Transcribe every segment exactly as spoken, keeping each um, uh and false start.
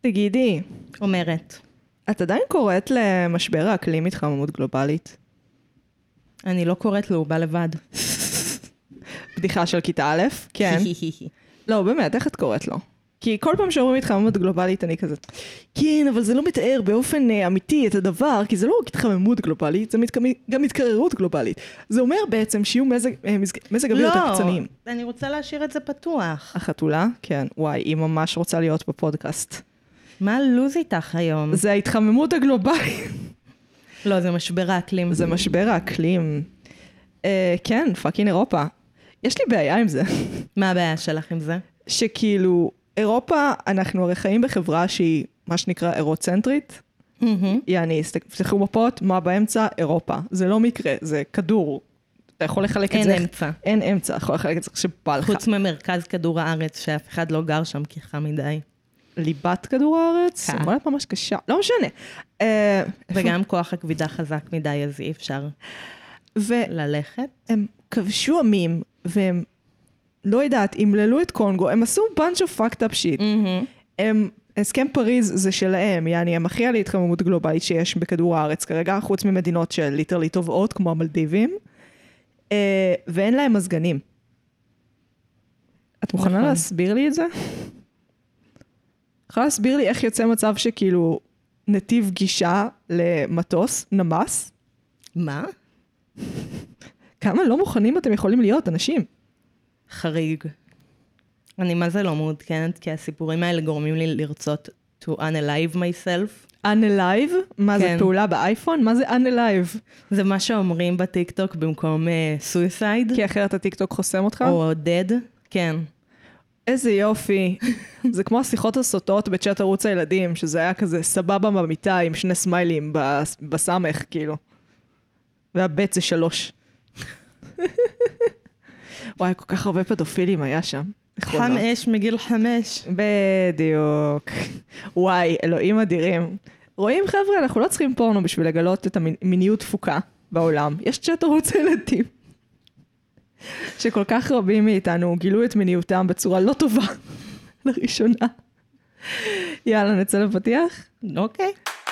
תגידי, אומרת, את עדיין קוראת למשבר האקלים התחממות גלובלית? אני לא קוראת לו, הוא בא לבד. בדיחה של כיתה א', כן. לא, באמת, איך את קוראת לו? כי כל פעם שאומרים התחממות גלובלית, אני כזה, כן, אבל זה לא מתאר באופן אה, אמיתי את הדבר, כי זה לא רק התחממות גלובלית, זה מתק... גם התקררות גלובלית. זה אומר בעצם שיהיו מזג, אה, מזג, מזג אוויר יותר קיצוניים. לא, אני רוצה להשאיר את זה פתוח. החתולה? כן, וואי, היא ממש רוצה להיות בפודקאסט. מה הלוז איתך היום? זה ההתחממות הגלובלית. לא, זה משבר האקלים. זה משבר האקלים. אה, כן, פאקינג אירופה. יש לי בעיה עם זה. מה הבעיה שלך עם זה? שכאילו, אירופה, אנחנו הרי חיים בחברה שהיא, מה שנקרא, אירוצנטרית. יעני, תפתחו מפות, מה באמצע? אירופה. זה לא מקרה, זה כדור. אתה יכול לחלק את זה. אין אמצע. אין אמצע, יכול לחלק את זה שבא לך. חוץ ממרכז כדור הארץ, שאף אחד לא גר שם כי חם מדי. ליבת כדור הארץ? כן. אמרת ממש קשה. לא משנה. וגם כוח הכבידה חזק מדי, אז אי אפשר ללכת. והם כבשו עמים, והם, לא יודעת, המללו את קונגו, הם עשו bunch of fucked up shit. הם, הסכם פריז זה שלהם, יעני, הם הכי על התחממות גלובלית שיש בכדור הארץ, כרגע חוץ ממדינות של ליטרלי טובות, כמו המלדיבים, ואין להם מזגנים. את מוכנה להסביר לי את זה? יכולה להסביר לי איך יוצא מצב שכאילו נתיב גישה למטוס, נמס? מה? כמה לא מוכנים אתם יכולים להיות, אנשים? חריג. אני מה זה לא מעודכנת, כי הסיפורים האלה גורמים לי לרצות to unalive myself. unalive? מה זה כן. פעולה באייפון? מה זה unalive? זה מה שאומרים בטיקטוק במקום uh, suicide. כי אחרת הטיקטוק חוסם אותך? או dead, כן. איזה יופי. זה כמו השיחות הסוטות בצ'אט ערוץ הילדים, שזה היה כזה סבבה במיטה עם שני סמיילים בס- בסמך, כאילו. והבית זה שלוש. וואי, כל כך הרבה פדופילים היה שם. חמש מגיל חמש. בדיוק. וואי, אלוהים אדירים. רואים חבר'ה, אנחנו לא צריכים פורנו בשביל לגלות את המיניות תפוקה בעולם. יש צ'אט ערוץ הילדים. שכל כך רבים מאיתנו גילו את מיניותם בצורה לא טובה. לראשונה. יאללה, נצא לפתיח? אוקיי.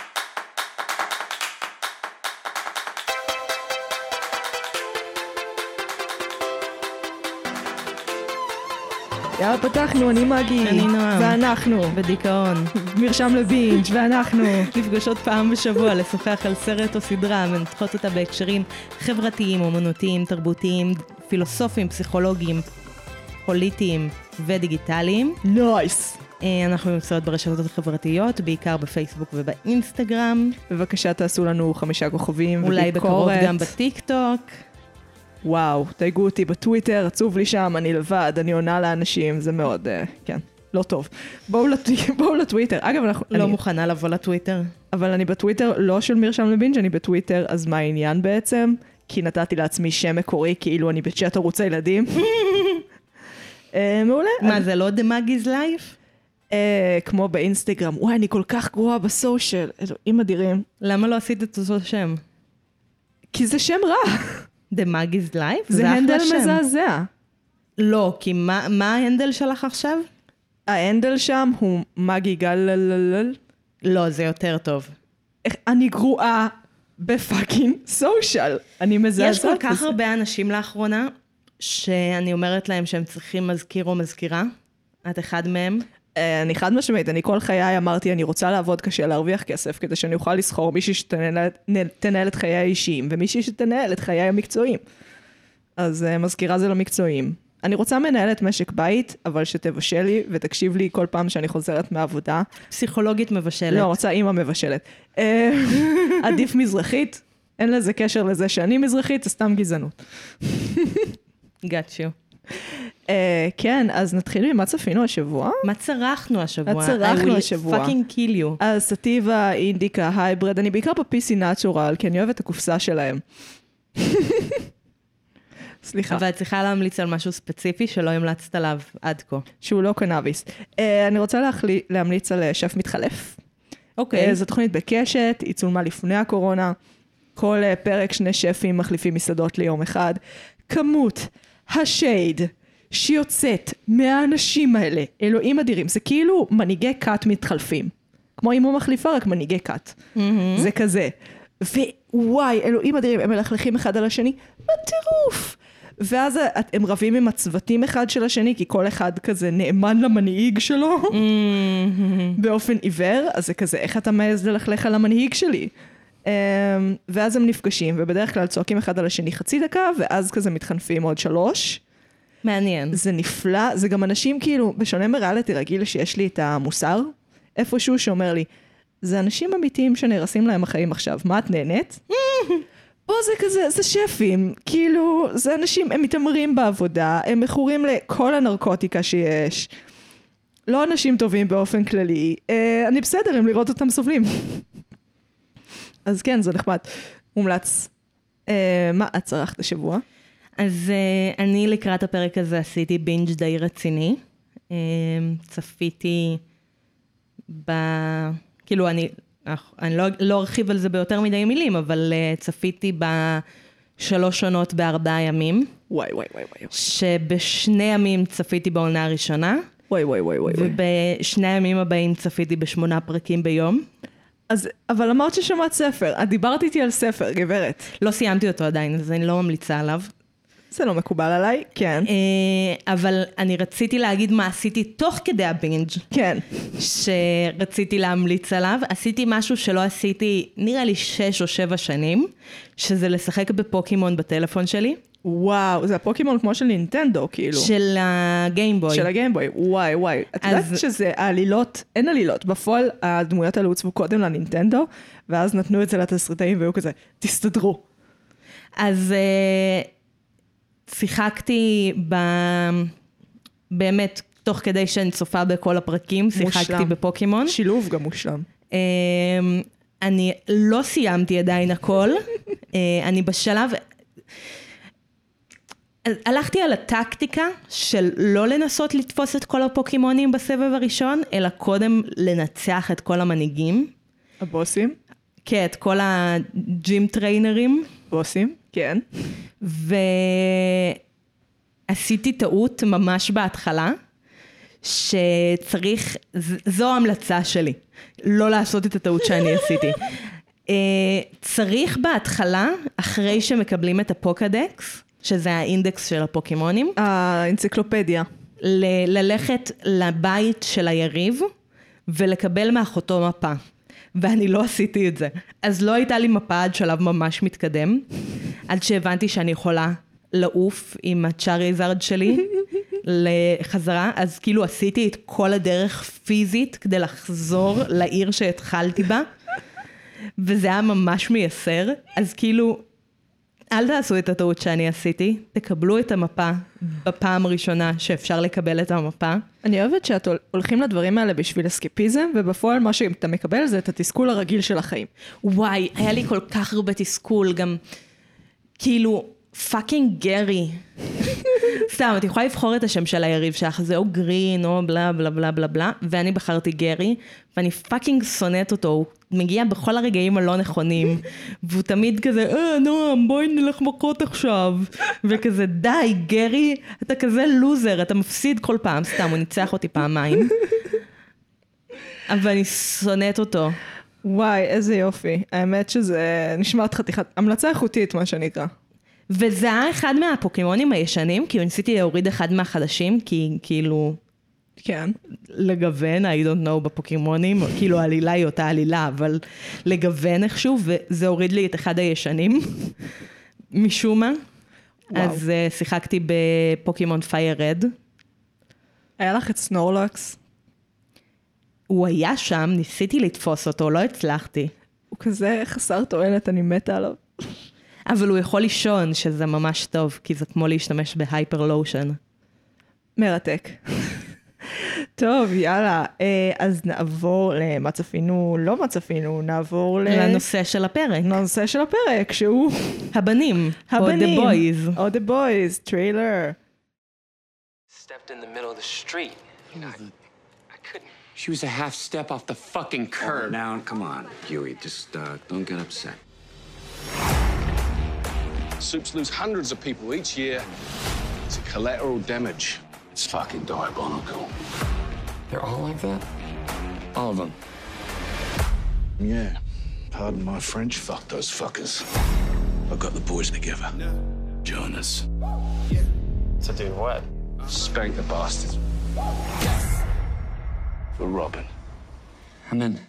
יאללה, פתחנו, אני מגי. אני נועם. ואנחנו. בדיכאון. מרשם לבינג' ואנחנו. נפגשות פעם בשבוע לשוחח על סרט או סדרה, מנתחות אותה בהקשרים חברתיים, אומנותיים, תרבותיים, פילוסופיים, פסיכולוגיים, פוליטיים ודיגיטליים. נייס. אנחנו נמצאות ברשתות החברתיות, בעיקר בפייסבוק ובאינסטגרם. בבקשה תעשו לנו חמישה כוכבים וביקורת. אולי בקרוב גם בטיק טוק. וואו, תייגו אותי בטוויטר, עצוב לי שם, אני לבד, אני עונה לאנשים, זה מאוד, uh, כן, לא טוב. בואו, לט... בואו לטוויטר. אגב, אנחנו... לא אני... מוכנה לבוא לטוויטר. אבל אני בטוויטר לא של מרשם לבינג', אני בטוויטר, אז מה העניין בעצם? כי נתתי לעצמי שם מקורי, כאילו אני בצ'אט ערוץ הילדים. uh, מעולה. מה, אני... זה לא The Maggie's Life? Uh, כמו באינסטגרם. וואי, אני כל כך גרועה בסושיאל. אלוהים אדירים. למה לא עשית את אותו שם? כי זה שם רע. The Maggie's Life? זה הנדל מזעזע. לא, כי מה, מה ההנדל שלך עכשיו? ההנדל שם הוא מגי גלללל. לא, זה יותר טוב. איך אני גרועה בפאקינג סושיאל. אני מזעזעת. יש כל כך הרבה אנשים לאחרונה, שאני אומרת להם שהם צריכים מזכיר או מזכירה. את אחד מהם. אני חד משמעית, אני כל חיי אמרתי, אני רוצה לעבוד קשה, להרוויח כסף, כדי שאני אוכל לסחור מישהי שתנהל את חיי האישיים, ומישהי שתנהל את חיי המקצועיים. אז מזכירה זה לא מקצועיים. אני רוצה מנהלת משק בית, אבל שתבשל לי ותקשיב לי כל פעם שאני חוזרת מהעבודה. פסיכולוגית מבשלת. לא, רוצה אימא מבשלת. עדיף מזרחית, אין לזה קשר לזה שאני מזרחית, זה סתם גזענות. got you. Uh, כן, אז נתחיל ממה צפינו השבוע. מה צרכנו השבוע? מה צרכנו השבוע? I will fucking kill you. אז סטיבה, אינדיקה, הייברד, אני בעיקר ב-פי סי Natural, כי אני אוהבת את הקופסה שלהם. סליחה. אבל את צריכה להמליץ על משהו ספציפי שלא המלצת עליו עד כה. שהוא לא קנאביס. Uh, אני רוצה להחלי, להמליץ על שף מתחלף. אוקיי. Okay. Uh, זו תוכנית בקשת, היא צולמה לפני הקורונה. כל uh, פרק שני שפים מחליפים מסעדות ליום אחד. כמות השייד שיוצאת מהאנשים האלה, אלוהים אדירים, זה כאילו מנהיגי קאט מתחלפים. כמו אימו מחליפה, רק מנהיגי קאט. זה כזה. ווואי, אלוהים אדירים, הם מלכלכים אחד על השני, מה טירוף? ואז הם רבים עם הצוותים אחד של השני, כי כל אחד כזה נאמן למנהיג שלו, באופן עיוור, אז זה כזה, איך אתה מעז ללכלך על המנהיג שלי? ואז הם נפגשים, ובדרך כלל צועקים אחד על השני חצי דקה, ואז כזה מתחנפים עוד שלוש. מעניין. זה נפלא, זה גם אנשים כאילו, בשונה מריאליטי רגיל שיש לי את המוסר, איפשהו שאומר לי, זה אנשים אמיתיים שנהרסים להם החיים עכשיו, מה את נהנית? פה זה כזה, זה שפים, כאילו, זה אנשים, הם מתאמרים בעבודה, הם מכורים לכל הנרקוטיקה שיש, לא אנשים טובים באופן כללי, אה, אני בסדר אם לראות אותם סובלים. אז כן, זה נחמד, מומלץ. אה, מה את צרכת השבוע? אז uh, אני לקראת הפרק הזה עשיתי בינג' די רציני, uh, צפיתי ב... כאילו אני, אני לא, לא ארחיב על זה ביותר מדי מילים, אבל uh, צפיתי בשלוש עונות בארבעה ימים. וואי וואי וואי וואי. שבשני ימים צפיתי בעונה הראשונה. וואי וואי וואי וואי. ובשני הימים הבאים צפיתי בשמונה פרקים ביום. אז, אבל אמרת ששמעת ספר, את דיברת איתי על ספר, גברת. לא סיימתי אותו עדיין, אז אני לא ממליצה עליו. זה לא מקובל עליי, כן. אבל אני רציתי להגיד מה עשיתי תוך כדי הבינג'. כן. שרציתי להמליץ עליו. עשיתי משהו שלא עשיתי, נראה לי שש או שבע שנים, שזה לשחק בפוקימון בטלפון שלי. וואו, זה הפוקימון כמו של נינטנדו, כאילו. של הגיימבוי. של הגיימבוי, וואי וואי. את יודעת שזה העלילות, אין עלילות. בפועל הדמויות האלה הוצבו קודם לנינטנדו, ואז נתנו את זה לתסריטאים והיו כזה, תסתדרו. אז... שיחקתי ב... באמת, תוך כדי שאני צופה בכל הפרקים, שיחקתי מושלם. בפוקימון. שילוב גם מושלם. אני לא סיימתי עדיין הכל. אני בשלב... הלכתי על הטקטיקה של לא לנסות לתפוס את כל הפוקימונים בסבב הראשון, אלא קודם לנצח את כל המנהיגים. הבוסים? כן, את כל הג'ים טריינרים. בוסים, כן. ועשיתי טעות ממש בהתחלה, שצריך, זו ההמלצה שלי, לא לעשות את הטעות שאני עשיתי. צריך בהתחלה, אחרי שמקבלים את הפוקדקס, שזה האינדקס של הפוקימונים, האנציקלופדיה, ל- ללכת לבית של היריב, ולקבל מאחותו מפה. ואני לא עשיתי את זה. אז לא הייתה לי מפה עד שלב ממש מתקדם, עד שהבנתי שאני יכולה לעוף עם הצ'אריזארד שלי לחזרה, אז כאילו עשיתי את כל הדרך פיזית כדי לחזור לעיר שהתחלתי בה, וזה היה ממש מייסר, אז כאילו, אל תעשו את הטעות שאני עשיתי, תקבלו את המפה בפעם הראשונה שאפשר לקבל את המפה. אני אוהבת שאת הולכים לדברים האלה בשביל אסקפיזם, ובפועל מה שאתה מקבל זה את התסכול הרגיל של החיים. וואי, היה לי כל כך הרבה תסכול, גם כאילו, פאקינג גרי. סתם, את יכולה לבחור את השם של היריב שלך, זה או גרין או בלה בלה בלה בלה בלה, ואני בחרתי גרי, ואני פאקינג שונאת אותו, הוא מגיע בכל הרגעים הלא נכונים, והוא תמיד כזה, אה, נועם, בואי נלך מכות עכשיו, וכזה, די, גרי, אתה כזה לוזר, אתה מפסיד כל פעם, סתם, הוא ניצח אותי פעמיים, אבל אני שונאת אותו. וואי, איזה יופי, האמת שזה נשמעת חתיכת, המלצה איכותית, מה שנקרא. וזה היה אחד מהפוקימונים הישנים, כי ניסיתי להוריד אחד מהחדשים, כי כאילו... כן. לגוון, I don't know בפוקימונים, כאילו העלילה היא אותה עלילה, אבל לגוון איכשהו, וזה הוריד לי את אחד הישנים, משום מה. וואו. אז uh, שיחקתי בפוקימון פייר רד. היה לך את סנורלקס? הוא היה שם, ניסיתי לתפוס אותו, לא הצלחתי. הוא כזה חסר תועלת, אני מתה עליו. אבל הוא יכול לישון, שזה ממש טוב, כי זה כמו להשתמש בהייפר לושן. מרתק. טוב, יאללה, אז נעבור למה צפינו, לא מה צפינו, נעבור לנושא של הפרק. לנושא של הפרק, שהוא... הבנים, הבנים. או The Boys. או The Boys, טריילר. Stepped in the middle of the street. You know, I, I couldn't. She was a half step off the fucking curb. Oh, now, come on, Huey, just uh, don't get upset. Soups lose hundreds of people each year. It's a collateral damage. It's fucking diabolical. They're all like that? All of them. Yeah. Pardon my French. Fuck those fuckers. I got the boys together. Join us. To do what? Spank the bastards. For Robin. I'm in.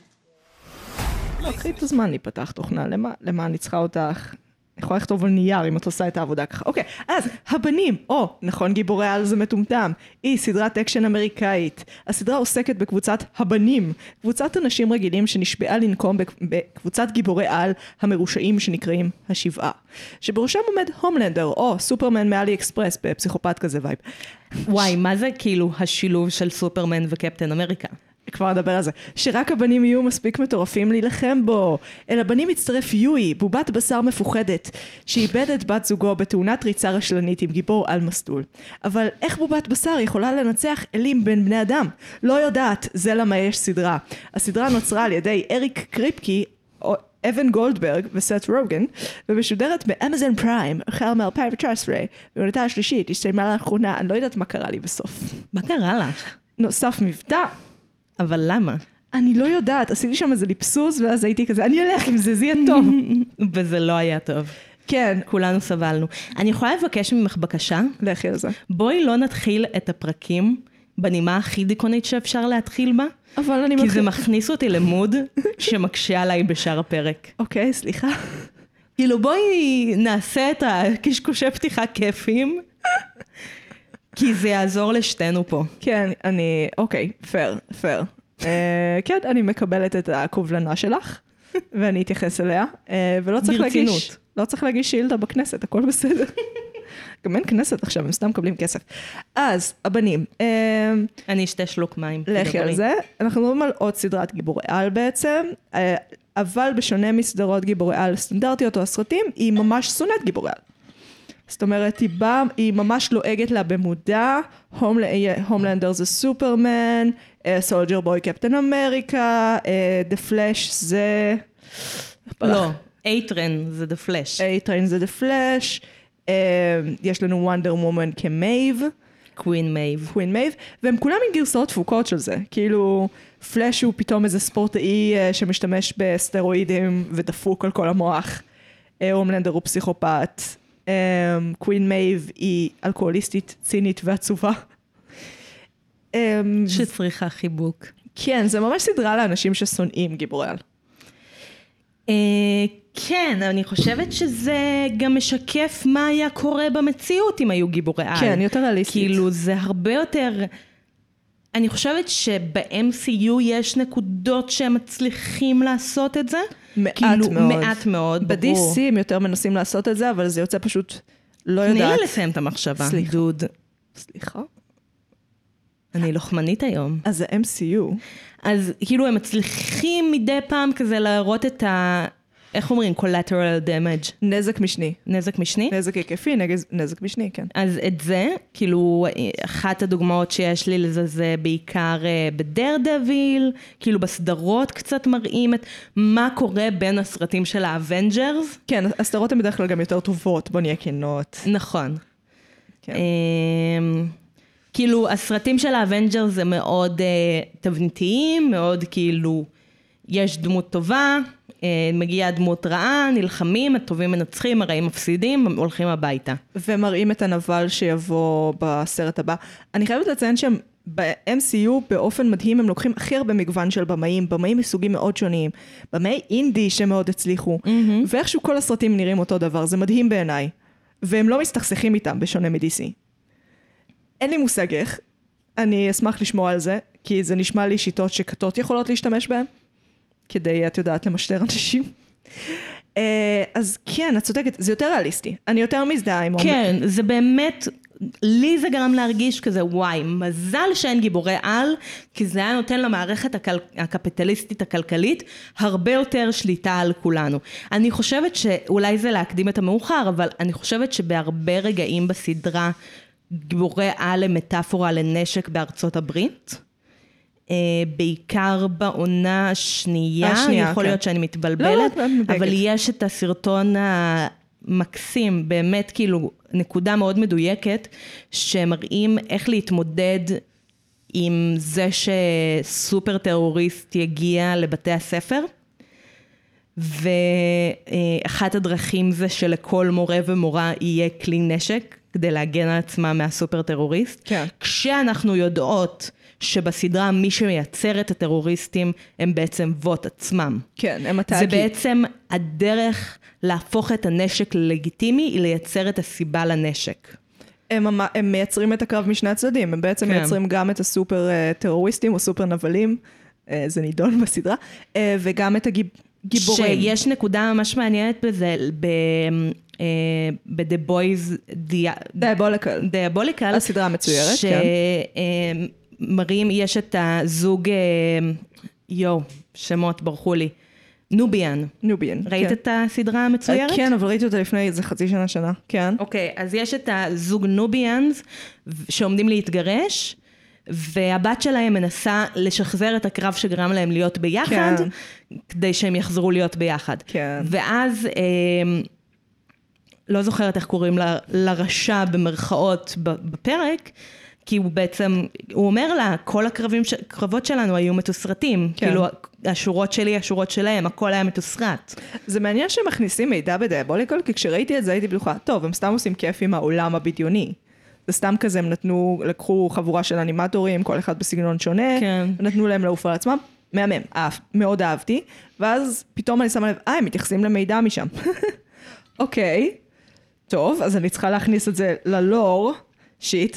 קחי את הזמן להיפתח תוכנה, למה, למה אני צריכה אותך? אני יכולה לכתוב על נייר אם את עושה את העבודה ככה. אוקיי, אז הבנים, או, נכון, גיבורי על זה מטומטם, היא סדרת אקשן אמריקאית. הסדרה עוסקת בקבוצת הבנים, קבוצת אנשים רגילים שנשבעה לנקום בקבוצת גיבורי על המרושעים שנקראים השבעה, שבראשם עומד הומלנדר, או סופרמן מאלי אקספרס, בפסיכופת כזה וייב. וואי, מה זה כאילו השילוב של סופרמן וקפטן אמריקה? כבר נדבר על זה, שרק הבנים יהיו מספיק מטורפים להילחם בו. אל הבנים מצטרף יואי, בובת בשר מפוחדת, שאיבד את בת זוגו בתאונת ריצה רשלנית עם גיבור על מסלול. אבל איך בובת בשר יכולה לנצח אלים בין בני אדם? לא יודעת, זה למה יש סדרה. הסדרה נוצרה על ידי אריק קריפקי, אבן גולדברג וסט רוגן, ומשודרת באמזון פריים, החל מ-אלפיים תשע עשרה, ועונתה השלישית, הסתיימה לאחרונה, אני לא יודעת מה קרה לי בסוף. מה קרה לך? נוסף מבטא, אבל למה? אני לא יודעת, עשיתי שם איזה ליפסוס, ואז הייתי כזה, אני אלך עם זה, זה יהיה טוב. וזה לא היה טוב. כן. כולנו סבלנו. אני יכולה לבקש ממך בקשה? לכי על זה. בואי לא נתחיל את הפרקים בנימה הכי דיכאונית שאפשר להתחיל בה, אבל אני כי מתחיל... זה מכניס אותי למוד שמקשה עליי בשאר הפרק. אוקיי, סליחה. כאילו בואי נעשה את הקשקושי פתיחה כיפים, כי זה יעזור לשתינו פה. כן, אני... אוקיי, פייר, פייר. כן, אני מקבלת את הקובלנה שלך, ואני אתייחס אליה, ולא צריך ברצינות. להגיש... לא צריך להגיש שאילתה בכנסת, הכל בסדר. גם אין כנסת עכשיו, הם סתם מקבלים כסף. אז, הבנים. אני אשתה שלוק מים. לכי על זה. אנחנו מדברים על עוד סדרת גיבורי על בעצם, אבל בשונה מסדרות גיבורי על סטנדרטיות או הסרטים, היא ממש שונאת גיבורי על. זאת אומרת, היא, בא, היא ממש לועגת לה במודע, הומלנדר זה סופרמן, סולג'ר בוי קפטן אמריקה, דה פלאש זה... לא, אייטרן זה דה פלאש. אייטרן זה דה פלאש, יש לנו וונדר וומן כמייב. קווין מייב. קווין מייב, והם כולם עם גרסאות תפוקות של זה. כאילו, פלאש הוא פתאום איזה ספורטאי שמשתמש בסטרואידים ודפוק על כל המוח. הומלנדר הוא פסיכופת. קווין מייב היא אלכוהוליסטית, צינית ועצובה. שצריכה חיבוק. כן, זה ממש סדרה לאנשים ששונאים גיבורי על. כן, אני חושבת שזה גם משקף מה היה קורה במציאות אם היו גיבורי על. כן, יותר ריאליסטית. כאילו זה הרבה יותר... אני חושבת שב-אם סי יו יש נקודות שהם מצליחים לעשות את זה. מעט כאילו, מאוד. מעט מאוד, ברור. ב-די סי הם יותר מנסים לעשות את זה, אבל זה יוצא פשוט לא יודעת. תני לי לסיים את המחשבה. סליחה. דוד. סליחה. אני לוחמנית היום. אז ה-אם סי יו. אז כאילו הם מצליחים מדי פעם כזה להראות את ה... איך אומרים? collateral damage. נזק משני. נזק משני? נזק היקפי, נזק משני, כן. אז את זה, כאילו, אחת הדוגמאות שיש לי לזה, זה בעיקר בדר דביל, כאילו בסדרות קצת מראים את מה קורה בין הסרטים של האבנג'רס. כן, הסדרות הן בדרך כלל גם יותר טובות, בוא נהיה כנות. נכון. כן. כאילו, הסרטים של האבנג'רס זה מאוד תבניתיים, מאוד כאילו, יש דמות טובה, מגיעה דמות רעה, נלחמים, הטובים מנצחים, הרעים מפסידים, הולכים הביתה. ומראים את הנבל שיבוא בסרט הבא. אני חייבת לציין שהם ב-אם סי יו באופן מדהים הם לוקחים הכי הרבה מגוון של במאים, במאים מסוגים מאוד שונים, במאי אינדי שמאוד הצליחו, mm-hmm. ואיכשהו כל הסרטים נראים אותו דבר, זה מדהים בעיניי. והם לא מסתכסכים איתם בשונה מ-די סי. אין לי מושג איך, אני אשמח לשמוע על זה, כי זה נשמע לי שיטות שכתות יכולות להשתמש בהן. כדי, את יודעת, למשטר אנשים. אז כן, את צודקת, זה יותר ריאליסטי. אני יותר מזדהה עם... כן, זה באמת, לי זה גרם להרגיש כזה, וואי, מזל שאין גיבורי על, כי זה היה נותן למערכת הכל... הקפיטליסטית הכלכלית, הרבה יותר שליטה על כולנו. אני חושבת שאולי זה להקדים את המאוחר, אבל אני חושבת שבהרבה רגעים בסדרה, גיבורי על הם מטאפורה לנשק בארצות הברית, בעיקר בעונה השנייה, השנייה יכול כן. להיות שאני מתבלבלת, לא, לא, אבל יש את הסרטון המקסים, באמת כאילו נקודה מאוד מדויקת, שמראים איך להתמודד עם זה שסופר טרוריסט יגיע לבתי הספר, ואחת הדרכים זה שלכל מורה ומורה יהיה כלי נשק, כדי להגן על עצמם מהסופר טרוריסט. כן. כשאנחנו יודעות שבסדרה מי שמייצר את הטרוריסטים הם בעצם ווט עצמם. כן, הם זה התאגיד. בעצם הדרך להפוך את הנשק ללגיטימי, היא לייצר את הסיבה לנשק. הם, המ- הם מייצרים את הקרב משני הצדדים, הם בעצם כן. מייצרים גם את הסופר אה, טרוריסטים או סופר נבלים, אה, זה נידון בסדרה, אה, וגם את הגיבורים. שיש נקודה ממש מעניינת בזה, ב... ב-The Boys דיאבוליקל. Diabolical, הסדרה המצוירת, כן. שמראים, יש את הזוג, יו, שמות ברחו לי, נוביאן. נוביאן. ראית כן. את הסדרה המצוירת? כן, אבל ראיתי אותה לפני איזה חצי שנה, שנה, כן. אוקיי, אז יש את הזוג נוביאנס שעומדים להתגרש, והבת שלהם מנסה לשחזר את הקרב שגרם להם להיות ביחד, כן. כדי שהם יחזרו להיות ביחד. כן. ואז, אה, לא זוכרת איך קוראים ל, לרשע במרכאות בפרק, כי הוא בעצם, הוא אומר לה, כל הקרבים, קרבות שלנו היו מתוסרטים, כן. כאילו השורות שלי, השורות שלהם, הכל היה מתוסרט. זה מעניין שמכניסים מידע בדיאבוליקל, כי כשראיתי את זה הייתי בלוחה, טוב, הם סתם עושים כיף עם העולם הבדיוני. זה סתם כזה, הם נתנו, לקחו חבורה של אנימטורים, כל אחד בסגנון שונה, כן. ונתנו להם לעוף על עצמם, מהמם, אהב, מאוד אהבתי, ואז פתאום אני שמה לב, אה, הם מתייחסים למידע משם. אוקיי, טוב, אז אני צריכה להכניס את זה ללור, שיט,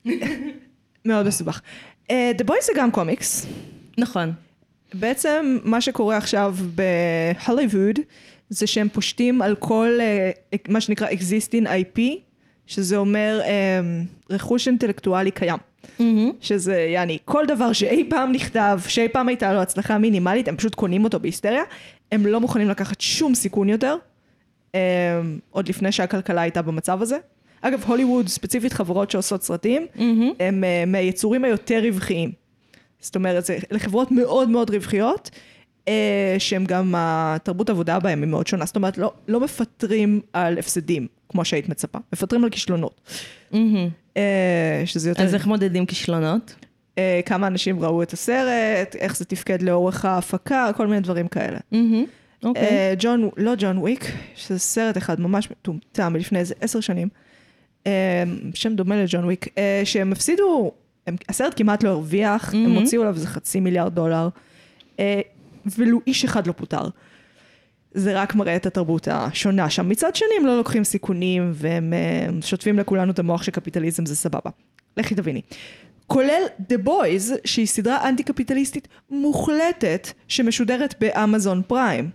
מאוד מסובך. Uh, The Boys זה גם קומיקס, נכון. בעצם מה שקורה עכשיו בהוליווד, זה שהם פושטים על כל, uh, מה שנקרא Existing איי פי, שזה אומר um, רכוש אינטלקטואלי קיים. Mm-hmm. שזה, יעני, כל דבר שאי פעם נכתב, שאי פעם הייתה לו הצלחה מינימלית, הם פשוט קונים אותו בהיסטריה, הם לא מוכנים לקחת שום סיכון יותר, um, עוד לפני שהכלכלה הייתה במצב הזה. אגב, הוליווד, ספציפית חברות שעושות סרטים, mm-hmm. הם uh, מהיצורים היותר רווחיים. זאת אומרת, זה לחברות מאוד מאוד רווחיות, uh, שהם גם, התרבות עבודה בהם היא מאוד שונה. זאת אומרת, לא, לא מפטרים על הפסדים, כמו שהיית מצפה. מפטרים על כישלונות. Mm-hmm. Uh, שזה יותר... אז איך מודדים כישלונות? Uh, כמה אנשים ראו את הסרט, איך זה תפקד לאורך ההפקה, כל מיני דברים כאלה. Mm-hmm. אוקיי. Uh, ג'ון, לא ג'ון וויק, שזה סרט אחד ממש מטומטם, מלפני איזה עשר שנים, uh, שם דומה לג'ון וויק, uh, שהם הפסידו, הם, הסרט כמעט לא הרוויח, mm-hmm. הם הוציאו עליו איזה חצי מיליארד דולר, uh, ולו איש אחד לא פוטר. זה רק מראה את התרבות השונה שם. מצד שני הם לא לוקחים סיכונים, והם uh, שוטפים לכולנו את המוח שקפיטליזם זה סבבה. לכי תביני. כולל The Boys, שהיא סדרה אנטי-קפיטליסטית מוחלטת, שמשודרת באמזון פריים.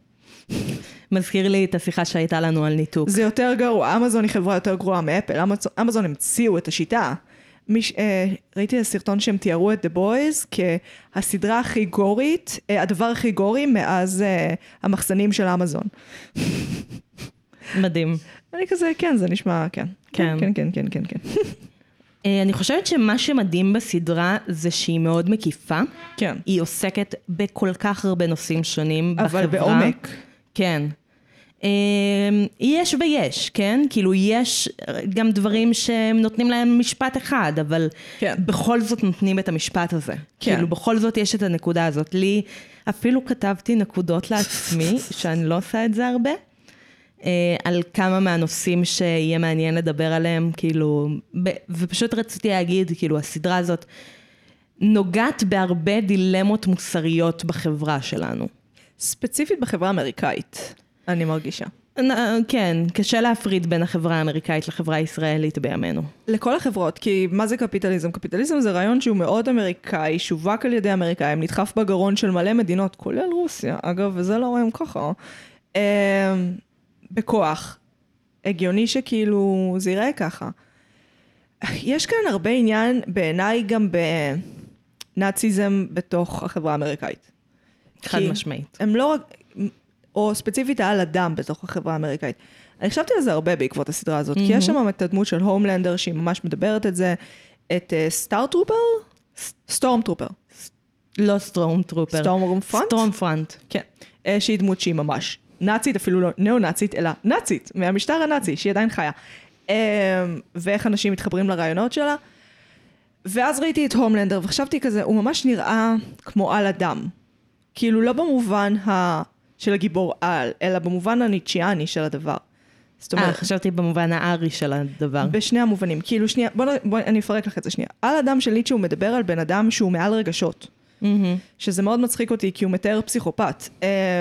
מזכיר לי את השיחה שהייתה לנו על ניתוק. זה יותר גרוע, אמזון היא חברה יותר גרועה מאפל, אמזון, אמזון המציאו את השיטה. מיש, אה, ראיתי את הסרטון שהם תיארו את The Boys כהסדרה הכי גורית, אה, הדבר הכי גורי מאז אה, המחסנים של אמזון. מדהים. אני כזה, כן, זה נשמע, כן. כן. כן, כן, כן, כן, כן. אני חושבת שמה שמדהים בסדרה זה שהיא מאוד מקיפה. כן. היא עוסקת בכל כך הרבה נושאים שונים אבל בחברה. בעומק. כן. יש ויש, כן? כאילו יש גם דברים שהם נותנים להם משפט אחד, אבל כן. בכל זאת נותנים את המשפט הזה. כן. כאילו בכל זאת יש את הנקודה הזאת. לי אפילו כתבתי נקודות לעצמי, שאני לא עושה את זה הרבה, על כמה מהנושאים שיהיה מעניין לדבר עליהם, כאילו, ופשוט רציתי להגיד, כאילו, הסדרה הזאת נוגעת בהרבה דילמות מוסריות בחברה שלנו. ספציפית בחברה האמריקאית, אני מרגישה. כן, קשה להפריד בין החברה האמריקאית לחברה הישראלית בימינו. לכל החברות, כי מה זה קפיטליזם? קפיטליזם זה רעיון שהוא מאוד אמריקאי, שווק על ידי אמריקאים, נדחף בגרון של מלא מדינות, כולל רוסיה, אגב, וזה לא רואים ככה. בכוח. הגיוני שכאילו זה ייראה ככה. יש כאן הרבה עניין בעיניי גם בנאציזם בתוך החברה האמריקאית. חד משמעית. הם לא רק, או ספציפית על אדם בתוך החברה האמריקאית. אני חשבתי על זה הרבה בעקבות הסדרה הזאת, כי יש שם את הדמות של הומלנדר שהיא ממש מדברת את זה, את סטאר טרופר? סטורם טרופר. לא סטורם טרופר. סטורם פרונט? סטורם פרונט. כן. שהיא דמות שהיא ממש נאצית, אפילו לא נאו-נאצית, אלא נאצית, מהמשטר הנאצי, שהיא עדיין חיה. ואיך אנשים מתחברים לרעיונות שלה. ואז ראיתי את הומלנדר, וחשבתי כזה, הוא ממש נראה כמו על אדם. כאילו לא במובן של הגיבור על, אלא במובן הניטשיאני של הדבר. זאת אומרת, אה, חשבתי במובן הארי של הדבר. בשני המובנים. כאילו, שנייה, בוא, בוא אני אפרק לך את זה שנייה. על אדם של ניטשה הוא מדבר על בן אדם שהוא מעל רגשות. שזה מאוד מצחיק אותי, כי הוא מתאר פסיכופת.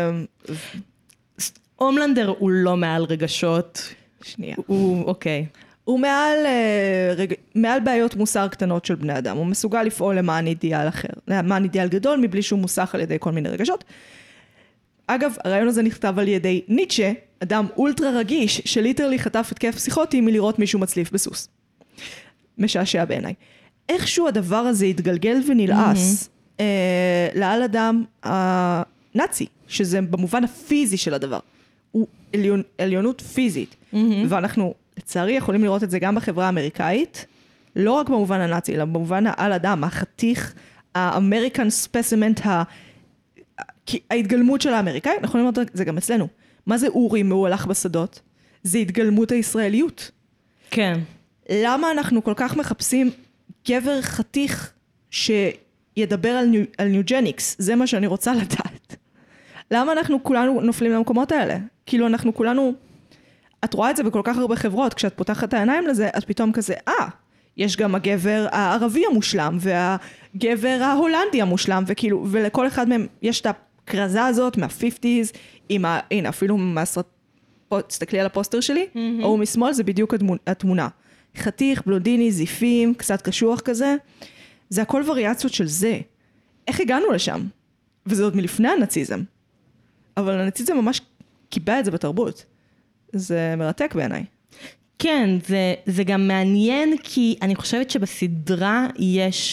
הומלנדר הוא לא מעל רגשות. שנייה. הוא, אוקיי. הוא מעל, רג... מעל בעיות מוסר קטנות של בני אדם. הוא מסוגל לפעול למען אידיאל אחר. למען אידיאל גדול, מבלי שהוא מוסך על ידי כל מיני רגשות. אגב, הרעיון הזה נכתב על ידי ניטשה, אדם אולטרה רגיש, שליטרלי חטף התקף פסיכוטי מלראות מישהו מצליף בסוס. משעשע בעיניי. איכשהו הדבר הזה התגלגל ונלעס mm-hmm. אה, לעל אדם הנאצי, שזה במובן הפיזי של הדבר. הוא עליון, עליונות פיזית. Mm-hmm. ואנחנו, לצערי, יכולים לראות את זה גם בחברה האמריקאית, לא רק במובן הנאצי, אלא במובן העל אדם, החתיך, האמריקן ספסימנט, ה... ההתגלמות של האמריקאי, אנחנו יכולים לראות את זה גם אצלנו. מה זה אורי מהולך בשדות? זה התגלמות הישראליות. כן. למה אנחנו כל כך מחפשים גבר חתיך שידבר על, ניו, על ניוג'ניקס? זה מה שאני רוצה לדעת. למה אנחנו כולנו נופלים למקומות האלה? כאילו אנחנו כולנו, את רואה את זה בכל כך הרבה חברות, כשאת פותחת את העיניים לזה, את פתאום כזה, אה, יש גם הגבר הערבי המושלם, והגבר ההולנדי המושלם, וכאילו, ולכל אחד מהם יש את הקרזה הזאת מה-חמישים, עם ה... הנה, אפילו מהסרט... תסתכלי על הפוסטר שלי, mm-hmm. או משמאל, זה בדיוק התמונה. חתיך, בלונדיני, זיפים, קצת קשוח כזה. זה הכל וריאציות של זה. איך הגענו לשם? וזה עוד מלפני הנאציזם. אבל הנאציזם ממש קיבע את זה בתרבות. זה מרתק בעיניי. כן, זה, זה גם מעניין, כי אני חושבת שבסדרה יש...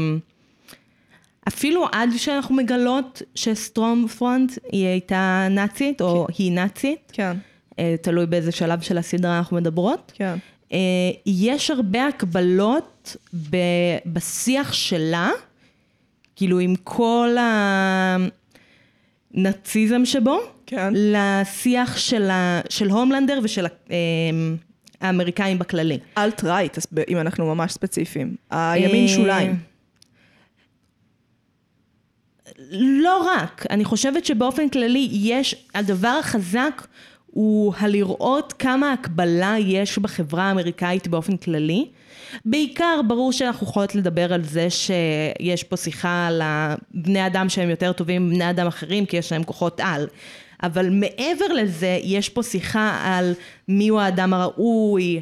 אפילו עד שאנחנו מגלות שסטרום פרונט היא הייתה נאצית, או כן. היא נאצית. כן. תלוי באיזה שלב של הסדרה אנחנו מדברות. כן. יש הרבה הקבלות בשיח שלה, כאילו עם כל הנאציזם שבו, כן. לשיח של, ה, של הומלנדר ושל האמריקאים בכללי. אלט רייט, אם אנחנו ממש ספציפיים. הימין שוליים. לא רק, אני חושבת שבאופן כללי יש, הדבר החזק הוא הלראות כמה הקבלה יש בחברה האמריקאית באופן כללי. בעיקר ברור שאנחנו יכולות לדבר על זה שיש פה שיחה על בני אדם שהם יותר טובים מבני אדם אחרים, כי יש להם כוחות על. אבל מעבר לזה, יש פה שיחה על מיהו האדם הראוי,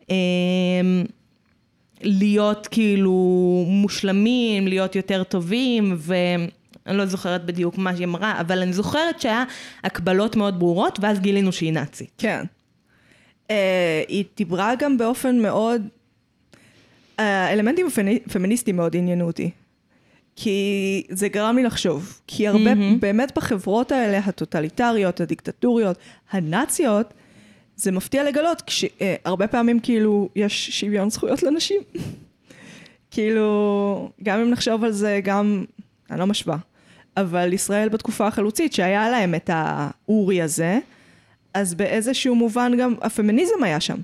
להיות כאילו מושלמים, להיות יותר טובים, ואני לא זוכרת בדיוק מה שהיא אמרה, אבל אני זוכרת שהיה הקבלות מאוד ברורות, ואז גילינו שהיא נאצית. כן. היא דיברה גם באופן מאוד, האלמנטים הפמיניסטיים מאוד עניינו אותי. כי זה גרם לי לחשוב, כי הרבה, mm-hmm. באמת בחברות האלה, הטוטליטריות, הדיקטטוריות, הנאציות, זה מפתיע לגלות, כש, אה, הרבה פעמים כאילו יש שוויון זכויות לנשים. כאילו, גם אם נחשוב על זה, גם, אני לא משווה, אבל ישראל בתקופה החלוצית, שהיה להם את האורי הזה, אז באיזשהו מובן גם הפמיניזם היה שם.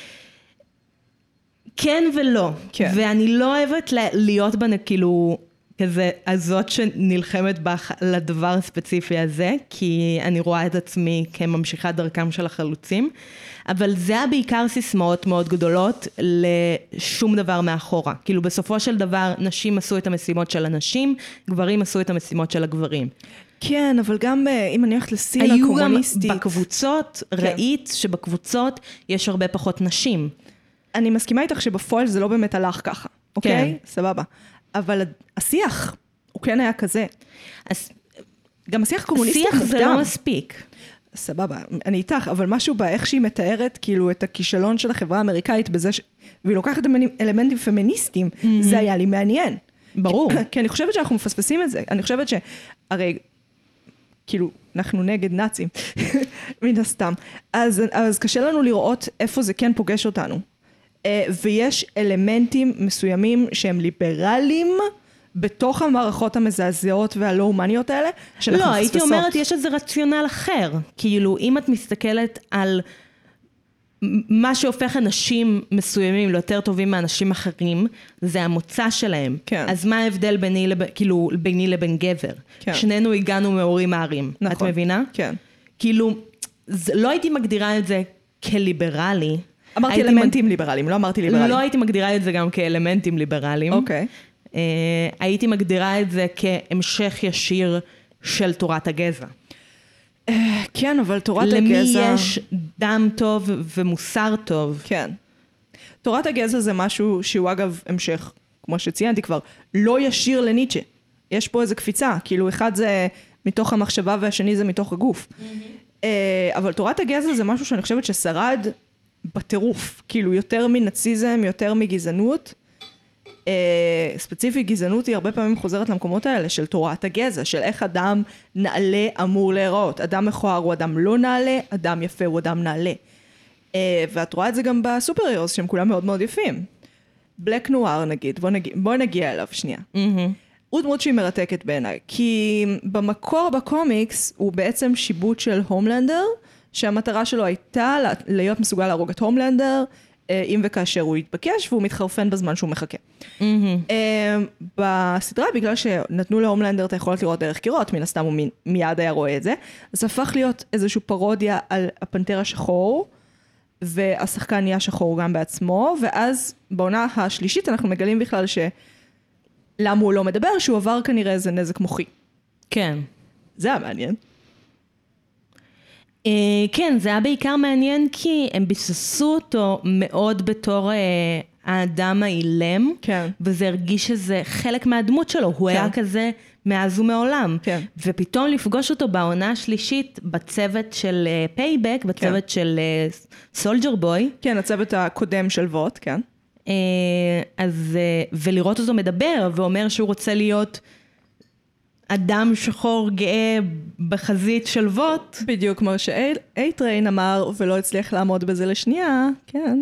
כן ולא. כן. ואני לא אוהבת להיות בה כאילו... כזה, הזאת שנלחמת בך לדבר הספציפי הזה, כי אני רואה את עצמי כממשיכה דרכם של החלוצים, אבל זה היה בעיקר סיסמאות מאוד גדולות לשום דבר מאחורה. כאילו בסופו של דבר, נשים עשו את המשימות של הנשים, גברים עשו את המשימות של הגברים. כן, אבל גם אם אני הולכת לסין הקומוניסטית. היו גם בקבוצות, כן. ראית שבקבוצות יש הרבה פחות נשים. אני מסכימה איתך שבפועל זה לא באמת הלך ככה, אוקיי? כן. סבבה. אבל השיח הוא כן היה כזה. אז גם השיח קומוניסטי מוקדם. השיח זה לא מספיק. סבבה, אני איתך, אבל משהו באיך שהיא מתארת כאילו את הכישלון של החברה האמריקאית בזה ש... והיא לוקחת אלמנטים פמיניסטיים, mm-hmm. זה היה לי מעניין. ברור. כי, כי אני חושבת שאנחנו מפספסים את זה. אני חושבת שהרי, כאילו, אנחנו נגד נאצים, מן הסתם. אז, אז קשה לנו לראות איפה זה כן פוגש אותנו. ויש אלמנטים מסוימים שהם ליברליים בתוך המערכות המזעזעות והלא הומניות האלה, שאנחנו לא, מפספסות. הייתי אומרת, יש איזה רציונל אחר. כאילו, אם את מסתכלת על מה שהופך אנשים מסוימים ליותר טובים מאנשים אחרים, זה המוצא שלהם. כן. אז מה ההבדל ביני לבין, כאילו, ביני לבין גבר? כן. שנינו הגענו מהורים הערים. נכון. את מבינה? כן. כאילו, זה, לא הייתי מגדירה את זה כליברלי. אמרתי אלמנטים מג... ליברליים, לא אמרתי ליברליים. לא הייתי מגדירה את זה גם כאלמנטים ליברליים. אוקיי. אה, הייתי מגדירה את זה כהמשך ישיר של תורת הגזע. כן, אבל תורת למי הגזע... למי יש דם טוב ומוסר טוב. כן. תורת הגזע זה משהו שהוא אגב המשך, כמו שציינתי כבר, לא ישיר לניטשה. יש פה איזו קפיצה, כאילו אחד זה מתוך המחשבה והשני זה מתוך הגוף. Mm-hmm. אבל תורת הגזע זה משהו שאני חושבת ששרד בטירוף, כאילו יותר מנאציזם, יותר מגזענות. ספציפית גזענות היא הרבה פעמים חוזרת למקומות האלה של תורת הגזע, של איך אדם נעלה אמור להיראות. אדם מכוער הוא אדם לא נעלה, אדם יפה הוא אדם נעלה. ואת רואה את זה גם בסופר הירוס שהם כולם מאוד מאוד יפים. בלק נואר נגיד, בוא נגיע, בוא נגיע אליו שנייה. הוא דמות שהיא מרתקת בעיניי, כי במקור בקומיקס הוא בעצם שיבוט של הומלנדר, שהמטרה שלו הייתה להיות מסוגל להרוג את הומלנדר, אם וכאשר הוא יתבקש, והוא מתחרפן בזמן שהוא מחכה. בסדרה, בגלל שנתנו להומלנדר את היכולת לראות דרך קירות, מן הסתם הוא מיד היה רואה את זה, אז הפך להיות איזושהי פרודיה על הפנתר השחור, והשחקן נהיה שחור גם בעצמו, ואז בעונה השלישית אנחנו מגלים בכלל ש... למה הוא לא מדבר? שהוא עבר כנראה איזה נזק מוחי. כן. זה היה מעניין. כן, זה היה בעיקר מעניין כי הם ביססו אותו מאוד בתור האדם האילם, כן. וזה הרגיש שזה חלק מהדמות שלו, הוא היה כזה מאז ומעולם. כן. ופתאום לפגוש אותו בעונה השלישית בצוות של פייבק, בצוות של סולג'ר בוי. כן, הצוות הקודם של ווט, כן. אז, ולראות אותו מדבר, ואומר שהוא רוצה להיות אדם שחור גאה בחזית של ווט. בדיוק כמו שאייטריין אמר, ולא הצליח לעמוד בזה לשנייה, כן.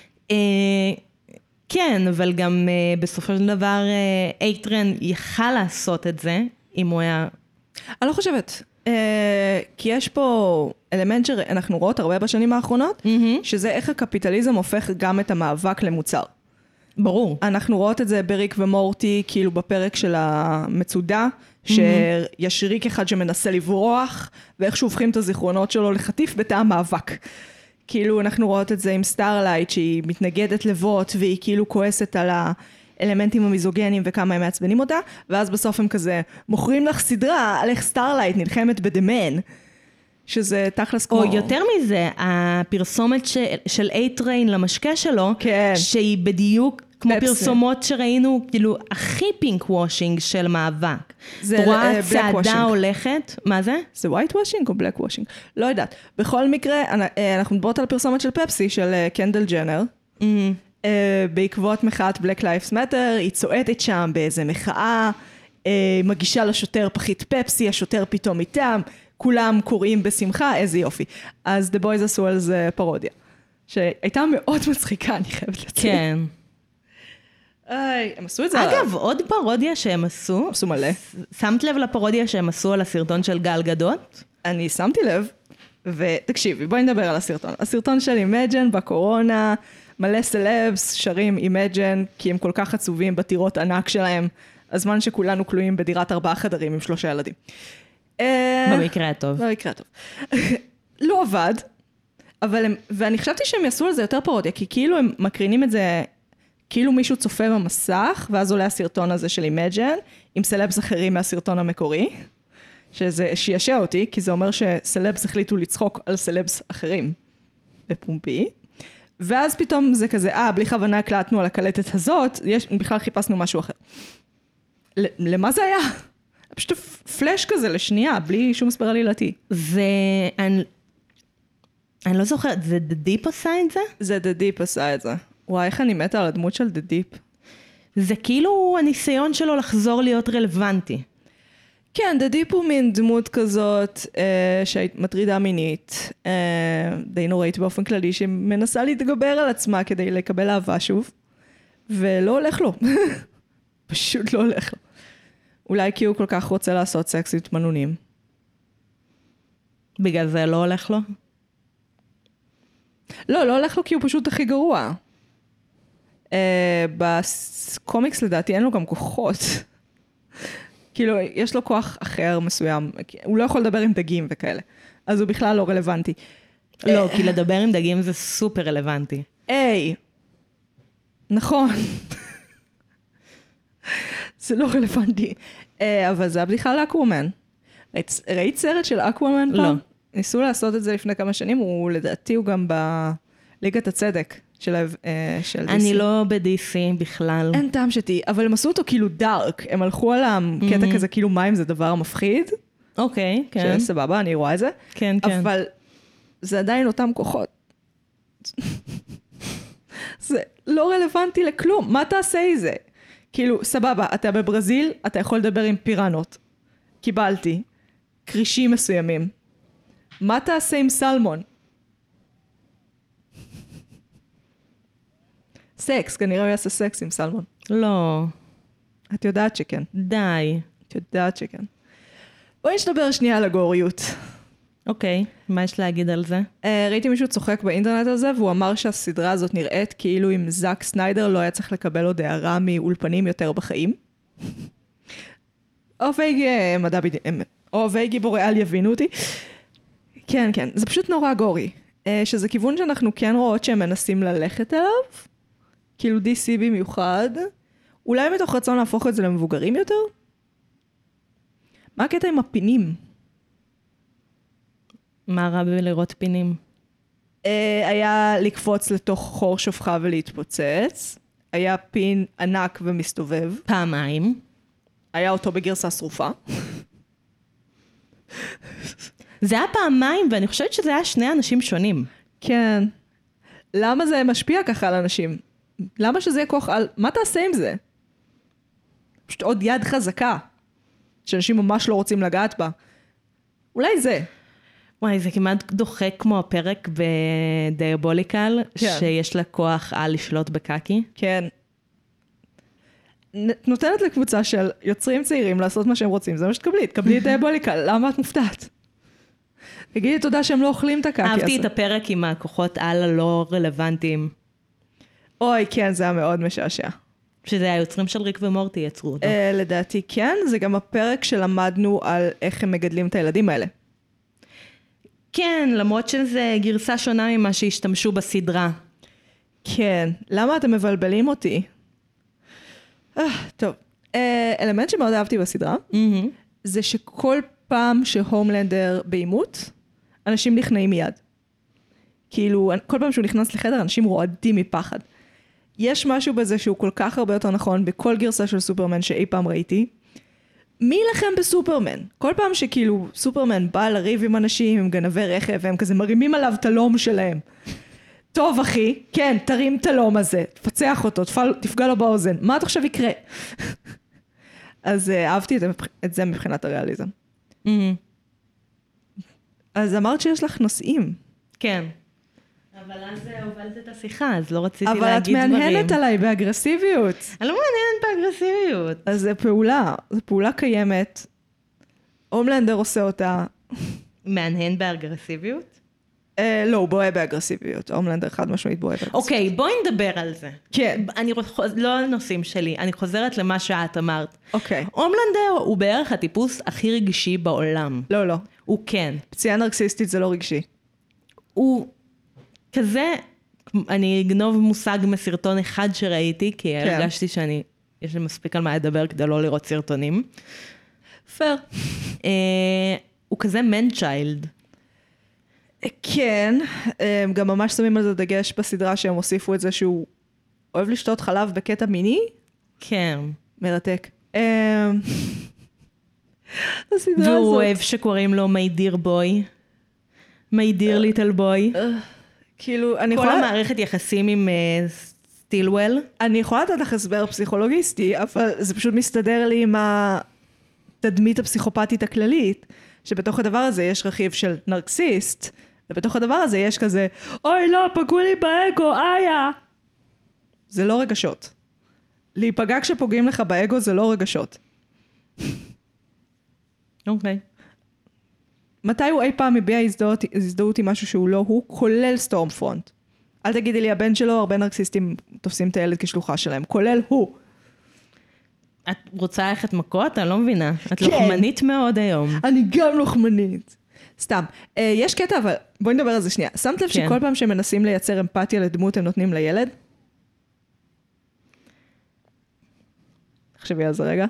כן, אבל גם בסופו של דבר אייטריין יכל לעשות את זה, אם הוא היה... אני לא חושבת, כי יש פה אלמנט שאנחנו רואות הרבה בשנים האחרונות, שזה איך הקפיטליזם הופך גם את המאבק למוצר. ברור. אנחנו רואות את זה בריק ומורטי, כאילו בפרק של המצודה, שיש ריק אחד שמנסה לברוח, ואיך שהופכים את הזיכרונות שלו לחטיף בתא המאבק. כאילו אנחנו רואות את זה עם סטארלייט, שהיא מתנגדת לווט, והיא כאילו כועסת על האלמנטים המיזוגנים וכמה הם מעצבנים אותה, ואז בסוף הם כזה, מוכרים לך סדרה על איך סטארלייט נלחמת בדמן, שזה תכלס כמו... או יותר מזה, הפרסומת של, של A-Train למשקה שלו, כן. שהיא בדיוק כמו פפסי. פרסומות שראינו, כאילו, הכי פינק וושינג של מאבק. זה רואה uh, צעדה הולכת, מה זה? זה ווייט וושינג או בלק וושינג? לא יודעת. בכל מקרה, אנחנו מדברות על פרסומת של פפסי, של קנדל ג'נר. Mm-hmm. Uh, בעקבות מחאת Black Lives Matter, היא צועדת שם באיזה מחאה, uh, מגישה לשוטר פחית פפסי, השוטר פתאום איתם, כולם קוראים בשמחה, איזה יופי. אז The Boys עשו על זה פרודיה, שהייתה מאוד מצחיקה, אני חייבת לציין. כן. איי, הם עשו את זה. אגב, עוד פרודיה שהם עשו. עשו מלא. שמת לב לפרודיה שהם עשו על הסרטון של גל גדות? אני שמתי לב, ותקשיבי, בואי נדבר על הסרטון. הסרטון של Imagine בקורונה, מלא סלבס שרים Imagine, כי הם כל כך עצובים בטירות ענק שלהם, הזמן שכולנו כלואים בדירת ארבעה חדרים עם שלושה ילדים. במקרה הטוב. במקרה הטוב. לא עבד, אבל הם, ואני חשבתי שהם יעשו על זה יותר פרודיה, כי כאילו הם מקרינים את זה, כאילו מישהו צופה במסך, ואז עולה הסרטון הזה של Imagine, עם סלבס אחרים מהסרטון המקורי, שזה שישע אותי, כי זה אומר שסלבס החליטו לצחוק על סלבס אחרים בפומבי, ואז פתאום זה כזה, אה, בלי כוונה הקלטנו על הקלטת הזאת, יש, בכלל חיפשנו משהו אחר. למה זה היה? פשוט פלש כזה לשנייה, בלי שום הסבר עלילתי. זה, אני, אני לא זוכרת, זה The Deep עשה את זה? זה The Deep עשה את זה. וואי, איך אני מתה על הדמות של The Deep. זה כאילו הניסיון שלו לחזור להיות רלוונטי. כן, The Deep הוא מין דמות כזאת אה, שהיית מטרידה מינית, אה, די נוראית באופן כללי, שמנסה להתגבר על עצמה כדי לקבל אהבה שוב, ולא הולך לו. פשוט לא הולך לו. אולי כי הוא כל כך רוצה לעשות סקס התמנונים. בגלל זה לא הולך לו? לא, לא הולך לו כי הוא פשוט הכי גרוע. Uh, בקומיקס לדעתי אין לו גם כוחות. כאילו, יש לו כוח אחר מסוים. הוא לא יכול לדבר עם דגים וכאלה. אז הוא בכלל לא רלוונטי. לא, כי לדבר עם דגים זה סופר רלוונטי. היי. נכון. זה לא רלוונטי. Uh, אבל זה הבדיחה על אקוואמן. ראית, ראית סרט של אקוואמן פעם? לא. ניסו לעשות את זה לפני כמה שנים, הוא לדעתי הוא גם בליגת הצדק של, uh, של די סי. אני לא ב-די סי בכלל. אין טעם שתי, אבל הם עשו אותו כאילו דארק, הם הלכו על הקטע כזה כאילו מים זה דבר מפחיד. אוקיי, כן. סבבה, אני רואה את זה. כן, כן. אבל זה עדיין אותם כוחות. זה לא רלוונטי לכלום, מה תעשה עם זה? כאילו, סבבה, אתה בברזיל, אתה יכול לדבר עם פיראנות. קיבלתי. קרישים מסוימים. מה תעשה עם סלמון? סקס, כנראה הוא יעשה סקס עם סלמון. לא. את יודעת שכן. די. את יודעת שכן. בואי נשדבר שנייה על הגוריות. אוקיי, מה יש להגיד על זה? Uh, ראיתי מישהו צוחק באינטרנט על זה, והוא אמר שהסדרה הזאת נראית כאילו אם זאק סניידר לא היה צריך לקבל עוד הערה מאולפנים יותר בחיים. אוהבי מדע בדיוני, אוהבי גיבורי על יבינו אותי. כן, כן, זה פשוט נורא גורי. Uh, שזה כיוון שאנחנו כן רואות שהם מנסים ללכת אליו. כאילו די סי במיוחד. אולי מתוך רצון להפוך את זה למבוגרים יותר? מה הקטע עם הפינים? מה רע בלראות פינים? Uh, היה לקפוץ לתוך חור שופחה ולהתפוצץ. היה פין ענק ומסתובב. פעמיים. היה אותו בגרסה שרופה. זה היה פעמיים, ואני חושבת שזה היה שני אנשים שונים. כן. למה זה משפיע ככה על אנשים? למה שזה יהיה כוח על... מה תעשה עם זה? פשוט עוד יד חזקה. שאנשים ממש לא רוצים לגעת בה. אולי זה. וואי, זה כמעט דוחק כמו הפרק בדיאבוליקל, כן. שיש לה כוח על לשלוט בקקי. כן. נ- נותנת לקבוצה של יוצרים צעירים לעשות מה שהם רוצים, זה מה שתקבלי, תקבלי את דיאבוליקל, למה את מופתעת? תגידי תודה שהם לא אוכלים את הקקי הזה. אהבתי את הפרק עם הכוחות על הלא רלוונטיים, אוי, כן, זה היה מאוד משעשע. שזה היוצרים של ריק ומורטי יצרו אותו. Uh, לדעתי כן, זה גם הפרק שלמדנו על איך הם מגדלים את הילדים האלה. כן, למרות שזה גרסה שונה ממה שהשתמשו בסדרה. כן, למה אתם מבלבלים אותי? Uh, טוב, uh, אלמנט שמאוד אהבתי בסדרה, Mm-hmm. זה שכל פעם שהומלנדר בעימות, אנשים נכנעים מיד. כאילו, כל פעם שהוא נכנס לחדר, אנשים רועדים מפחד. יש משהו בזה שהוא כל כך הרבה יותר נכון בכל גרסה של סופרמן שאי פעם ראיתי. מי לכם בסופרמן? כל פעם שכאילו סופרמן בא לריב עם אנשים, עם גנבי רכב, והם כזה מרימים עליו את הלום שלהם. טוב אחי, כן, תרים את הלום הזה, תפצח אותו, תפל, תפגע לו באוזן. מה את עכשיו יקרה? אז uh, אהבתי את זה, את זה מבחינת הריאליזם. Mm-hmm. אז אמרת שיש לך נושאים. כן. אבל אז הובלת את השיחה, אז לא רציתי אבל להגיד את דברים. מהנהנת עליי באגרסיביות. אני לא מעניינת באגרסיביות. אז זה פעולה, זו פעולה קיימת. הומלנדר עושה אותה. מעניין באגרסיביות? אה, לא, הוא בואה באגרסיביות. הומלנדר חד משמעית בואה באגרסיביות. אוקיי, בואי נדבר על זה. כן. אני חוז... לא על נושאים שלי, אני חוזרת למה שאת אמרת. אוקיי. הומלנדר הוא בערך הטיפוס הכי רגישי בעולם. לא, לא. הוא כן. פציעה נרקסיסטית זה לא רגשי. הוא כזה, אני אגנוב מושג מסרטון אחד שראיתי, כי כן. הרגשתי שאני, יש לי מספיק על מה לדבר כדי לא לראות סרטונים. פייר. אה, הוא כזה man-child. כן, הם גם ממש שמים על זה דגש בסדרה שהם הוסיפו את זה שהוא אוהב לשתות חלב בקטע מיני. כן. מרתק. הסדרה הזאת. והוא אוהב שקוראים לו my dear boy. my dear little boy. כאילו, אני כל יכולה... המערכת יחסים עם סטילוול. אני יכולה לתת לך הסבר פסיכולוגיסטי, אבל זה פשוט מסתדר לי עם התדמית הפסיכופתית הכללית, שבתוך הדבר הזה יש רכיב של נרקסיסט, ובתוך הדבר הזה יש כזה, אוי לא, פגעו לי באגו, איה. זה לא רגשות. להיפגע כשפוגעים לך באגו זה לא רגשות. אוקיי. מתי הוא אי פעם הביע הזדהות, הזדהות עם משהו שהוא לא הוא, כולל סטורם פרונט. אל תגידי לי, הבן שלו, הרבה נרקסיסטים תופסים את הילד כשלוחה שלהם, כולל הוא. את רוצה ללכת מכות? אני לא מבינה. את כן. לוחמנית מאוד היום. אני גם לוחמנית. סתם. אה, יש קטע, אבל בואי נדבר על זה שנייה. שמת לב כן. שכל פעם שמנסים לייצר אמפתיה לדמות, הם נותנים לילד? תחשבי על זה רגע.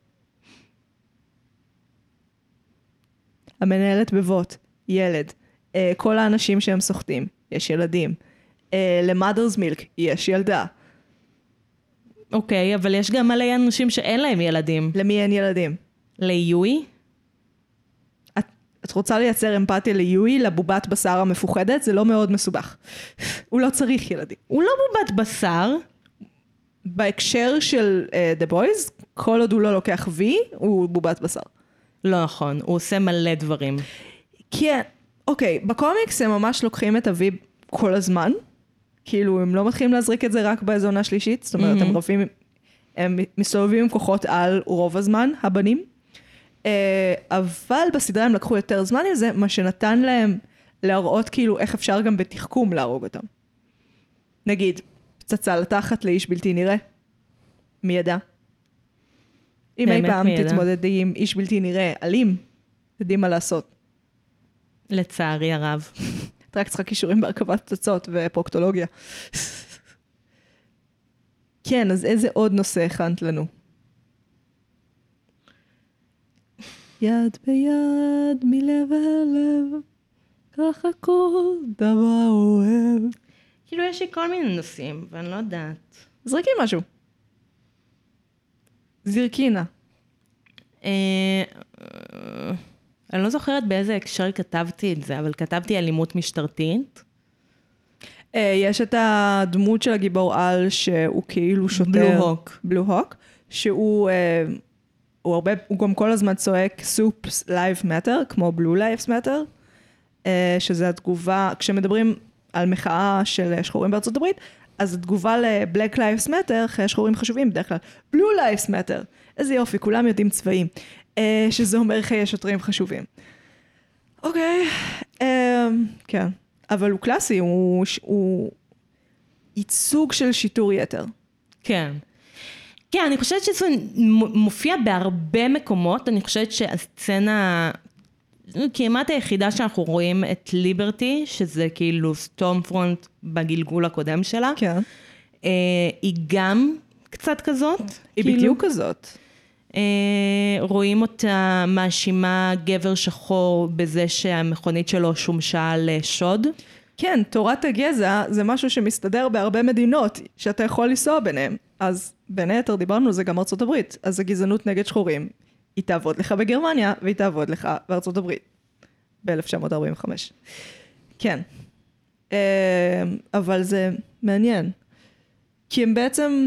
המנהלת בבוט, ילד. אה, כל האנשים שהם סוחטים, יש ילדים. אה, למאדרס מילק, יש ילדה. אוקיי, אבל יש גם מלא אנשים שאין להם ילדים. למי אין ילדים? ליואי? את, את רוצה לייצר אמפתיה ליואי, לבובת בשר המפוחדת? זה לא מאוד מסובך. הוא לא צריך ילדים. הוא לא בובת בשר. בהקשר של uh, The Boys, כל עוד הוא לא לוקח וי, הוא בובת בשר. לא נכון, הוא עושה מלא דברים. כן, אוקיי, בקומיקס הם ממש לוקחים את הוי כל הזמן, כאילו הם לא מתחילים להזריק את זה רק באזונה השלישית, זאת אומרת, mm-hmm. הם רבים, הם מסתובבים עם כוחות על רוב הזמן, הבנים, uh, אבל בסדרה הם לקחו יותר זמן עם זה, מה שנתן להם להראות כאילו איך אפשר גם בתחכום להרוג אותם. נגיד, פצצה לתחת לאיש בלתי נראה. מי ידע? אם אי פעם תתמודדי עם איש בלתי נראה, אלים, יודעים מה לעשות. לצערי הרב. את רק צריכה קישורים בהרכבת פצצות ופרוקטולוגיה. כן, אז איזה עוד נושא הכנת לנו? יד ביד, מלב אל לב, ככה כל דבר אוהב. כאילו יש לי כל מיני נושאים, ואני לא יודעת. זרקי משהו. זרקינה. אה, אני לא זוכרת באיזה הקשר כתבתי את זה, אבל כתבתי אלימות משטרתית. יש את הדמות של הגיבור על שהוא כאילו שוטר. בלו-הוק. בלו-הוק. שהוא הוא הרבה, הוא גם כל הזמן צועק Soups Life Matter, כמו Blue Lives Matter, שזה התגובה, כשמדברים על מחאה של שחורים בארצות הברית, אז התגובה ל-Black Lives Matter, שחורים חשובים בדרך כלל, Blue Lives Matter. איזה יופי, כולם יודעים צבעים. שזה אומר חיי שוטרים חשובים. אוקיי, כן. אבל הוא קלאסי, הוא, הוא ייצוג של שיטור יתר. כן. כן, אני חושבת שזה מופיע בהרבה מקומות, אני חושבת שהסצנה, כמעט היחידה שאנחנו רואים את ליברטי, שזה כאילו סטורמפרונט בגלגול הקודם שלה, כן. היא גם קצת כזאת. היא כאילו, בדיוק כזאת. רואים אותה מאשימה גבר שחור בזה שהמכונית שלו שומשה לשוד. כן, תורת הגזע זה משהו שמסתדר בהרבה מדינות שאתה יכול לנסוע ביניהם. אז בין היתר דיברנו, זה גם ארצות הברית. אז הגזענות נגד שחורים, היא תעבוד לך בגרמניה והיא תעבוד לך בארצות הברית. ב-אלף תשע מאות ארבעים וחמש. כן. אבל זה מעניין. כי הם בעצם...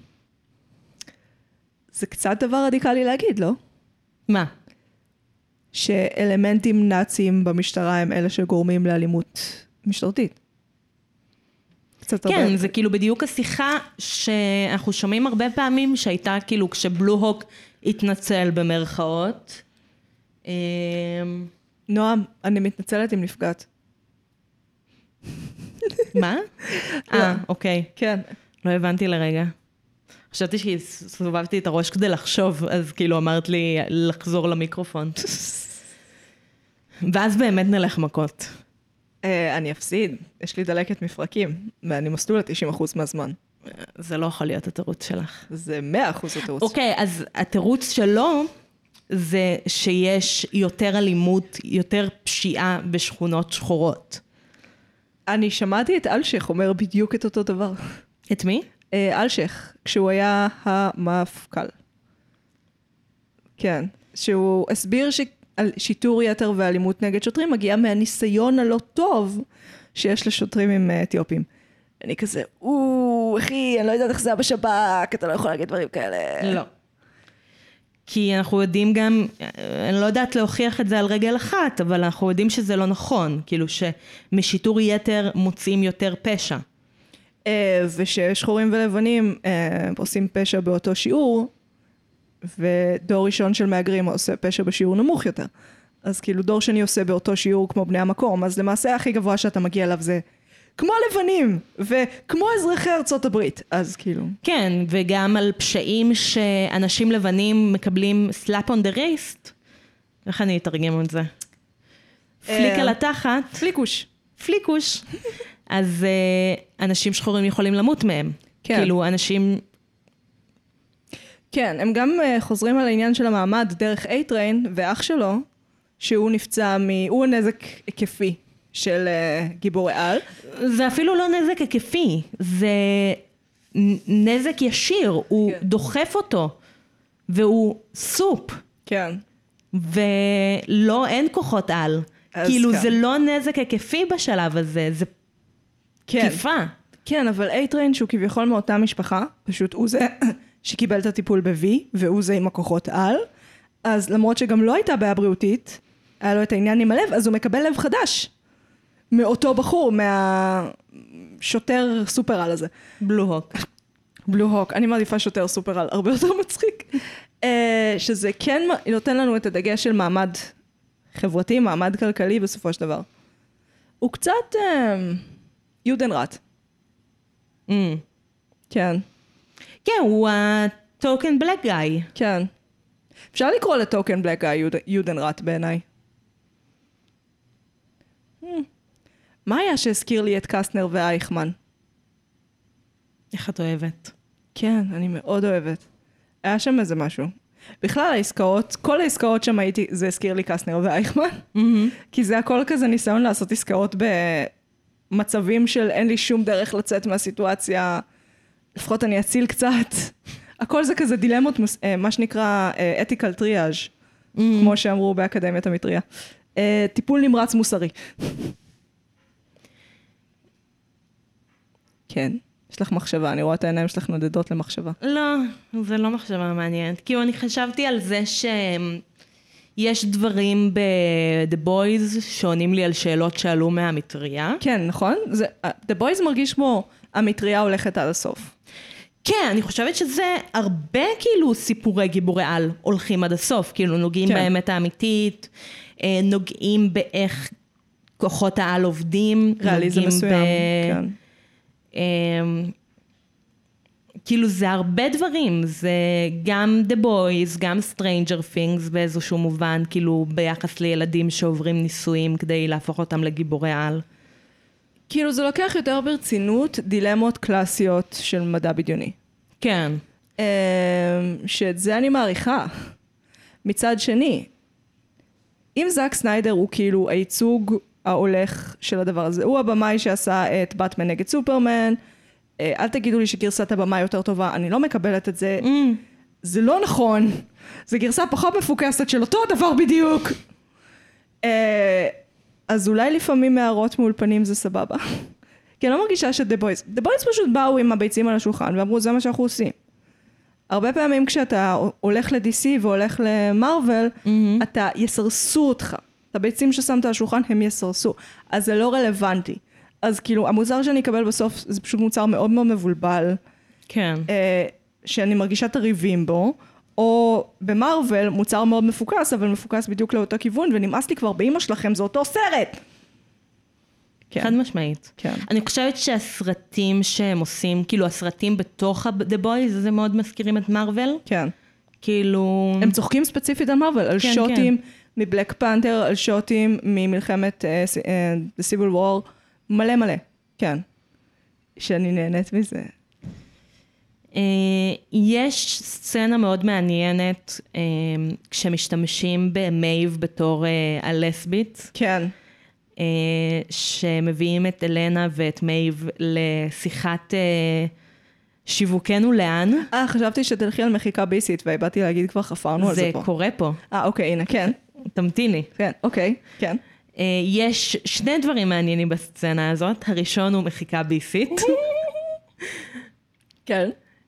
זה קצת דבר רדיקלי להגיד, לא? מה? שאלמנטים נאציים במשטרה הם אלה שגורמים לאלימות משטרתית. קצת כן, הרבה... זה כאילו בדיוק השיחה שאנחנו שומעים הרבה פעמים, שהייתה כאילו כשבלו-הוק התנצל במרכאות. נועם, אני מתנצלת אם נפגעת. מה? אה, אוקיי. כן. לא הבנתי לרגע. חשבתי שסובבתי את הראש כדי לחשוב, אז כאילו אמרת לי לחזור למיקרופון. ואז באמת נלך מכות. אני אפסיד, יש לי דלקת מפרקים, ואני מסלול ל-תשעים אחוז מהזמן. זה לא יכול להיות התירוץ שלך. זה מאה אחוז התירוץ. אוקיי, אז התירוץ שלו, זה שיש יותר אלימות, יותר פשיעה בשכונות שחורות. אני שמעתי את אלשך אומר בדיוק את אותו דבר. את מי? אלשך, כשהוא היה המפכ"ל. כן, שהוא הסביר ששיטור יתר ואלימות נגד שוטרים מגיעה מהניסיון הלא טוב שיש לשוטרים עם אתיופים. אני כזה, או, אחי, אני לא יודעת איך זה היה בשב"כ, אתה לא יכול להגיד דברים כאלה. לא. כי אנחנו יודעים גם, אני לא יודעת להוכיח את זה על רגל אחת, אבל אנחנו יודעים שזה לא נכון, כאילו שמשיטור יתר מוצאים יותר פשע. וששחורים ולבנים עושים פשע באותו שיעור, ודור ראשון של מהגרים עושה פשע בשיעור נמוך יותר. אז כאילו דור שני עושה באותו שיעור כמו בני המקום, אז למעשה הכי גבוה שאתה מגיע אליו זה כמו לבנים, וכמו אזרחי ארצות הברית, אז כאילו. כן, וגם על פשעים שאנשים לבנים מקבלים slap on the wrist. איך אני אתרגם את זה? פליק על התחת. פליקוש. פליקוש. אז אנשים שחורים יכולים למות מהם. כן. כאילו, אנשים... כן, הם גם חוזרים על העניין של המעמד דרך A-Train, ואח שלו, שהוא נפצע מ... הוא נזק היקפי של uh, גיבורי על. זה אפילו לא נזק היקפי, זה נזק ישיר, הוא כן. דוחף אותו, והוא סופ. כן. ולא, אין כוחות על. כאילו, כן. זה לא נזק היקפי בשלב הזה, זה כן. תקיפה. כן, אבל A-Train שהוא כביכול מאותה משפחה, פשוט הוא זה שקיבל את הטיפול ב-V, והוא זה עם הכוחות על, אז למרות שגם לא הייתה בעיה בריאותית, היה לו את העניין עם הלב, אז הוא מקבל לב חדש. מאותו בחור, מהשוטר סופר-על הזה. בלו הוק. בלו הוק, אני מעדיפה שוטר סופר-על, הרבה יותר מצחיק. שזה כן נותן לנו את הדגש של מעמד חברתי, מעמד כלכלי בסופו של דבר. הוא קצת יודנרט. כן. כן, הוא הטוקן בלק גאי. כן. אפשר לקרוא לטוקן בלק גאי יודנרט בעיניי. מה היה שהזכיר לי את קסטנר ואייכמן? איך את אוהבת? כן, אני מאוד אוהבת. היה שם איזה משהו. בכלל העסקאות, כל העסקאות שם הייתי, זה הזכיר לי קסטנר ואייכמן. כי זה הכל כזה ניסיון לעשות עסקאות במצבים של אין לי שום דרך לצאת מהסיטואציה. לפחות אני אציל קצת. הכל זה כזה דילמות, מה שנקרא ethical triage, כמו שאמרו באקדמיית המטריה. טיפול נמרץ מוסרי. כן, יש לך מחשבה, אני רואה את העיניים שלך נודדות למחשבה. לא, זה לא מחשבה מעניינת. כאילו אני חשבתי על זה שיש דברים ב-The Boys שעונים לי על שאלות שעלו מהמטריה. כן, נכון? זה, The Boys מרגיש כמו המטריה הולכת עד הסוף. כן, אני חושבת שזה הרבה כאילו סיפורי גיבורי על הולכים עד הסוף, כאילו נוגעים כן. באמת האמיתית, נוגעים באיך כוחות העל עובדים, ריאליזם מסוים, ב... כן. כאילו זה הרבה דברים, זה גם The Boys, גם Stranger Things באיזשהו מובן, כאילו ביחס לילדים שעוברים ניסויים כדי להפוך אותם לגיבורי על. כאילו זה לוקח יותר ברצינות דילמות קלאסיות של מדע בדיוני. כן. שאת זה אני מעריכה. מצד שני, אם זאק סניידר הוא כאילו הייצוג ההולך של הדבר הזה, הוא הבמאי שעשה את באטמן נגד סופרמן, אל תגידו לי שגרסת הבמאי יותר טובה, אני לא מקבלת את זה, mm. זה לא נכון, זה גרסה פחות מפוקסת של אותו הדבר בדיוק. אז אולי לפעמים הערות מאולפנים זה סבבה. כי אני לא מרגישה שדה בויז, דה בויז פשוט באו עם הביצים על השולחן ואמרו זה מה שאנחנו עושים. הרבה פעמים כשאתה הולך ל-די סי והולך למרוול, mm-hmm. אתה יסרסו אותך. את הביצים ששמת על השולחן הם יסרסו. אז זה לא רלוונטי. אז כאילו המוצר שאני אקבל בסוף זה פשוט מוצר מאוד מאוד מבולבל. כן. אה, שאני מרגישה את הריבים בו. או במרוול מוצר מאוד מפוקס, אבל מפוקס בדיוק לאותו כיוון, ונמאס לי כבר באמא שלכם, זה אותו סרט. כן. חד משמעית. כן. אני חושבת שהסרטים שהם עושים, כאילו הסרטים בתוך The Boys, זה מאוד מזכירים את מרוול. כן. כאילו... הם צוחקים ספציפית על מרוול, על כן, שוטים כן. מבלק פנתר, על שוטים ממלחמת uh, uh, The Civil War, מלא מלא, כן. שאני נהנית מזה. Uh, יש סצנה מאוד מעניינת uh, כשמשתמשים במייב בתור uh, הלסבית. כן. Uh, שמביאים את אלנה ואת מייב לשיחת uh, שיווקנו לאן. אה, חשבתי שתלכי על מחיקה ביסית, והבאתי להגיד כבר חפרנו על זה פה. זה קורה פה. אה, אוקיי, הנה, כן. תמתיני. כן, אוקיי, כן. Uh, יש שני דברים מעניינים בסצנה הזאת. הראשון הוא מחיקה ביסית. כן.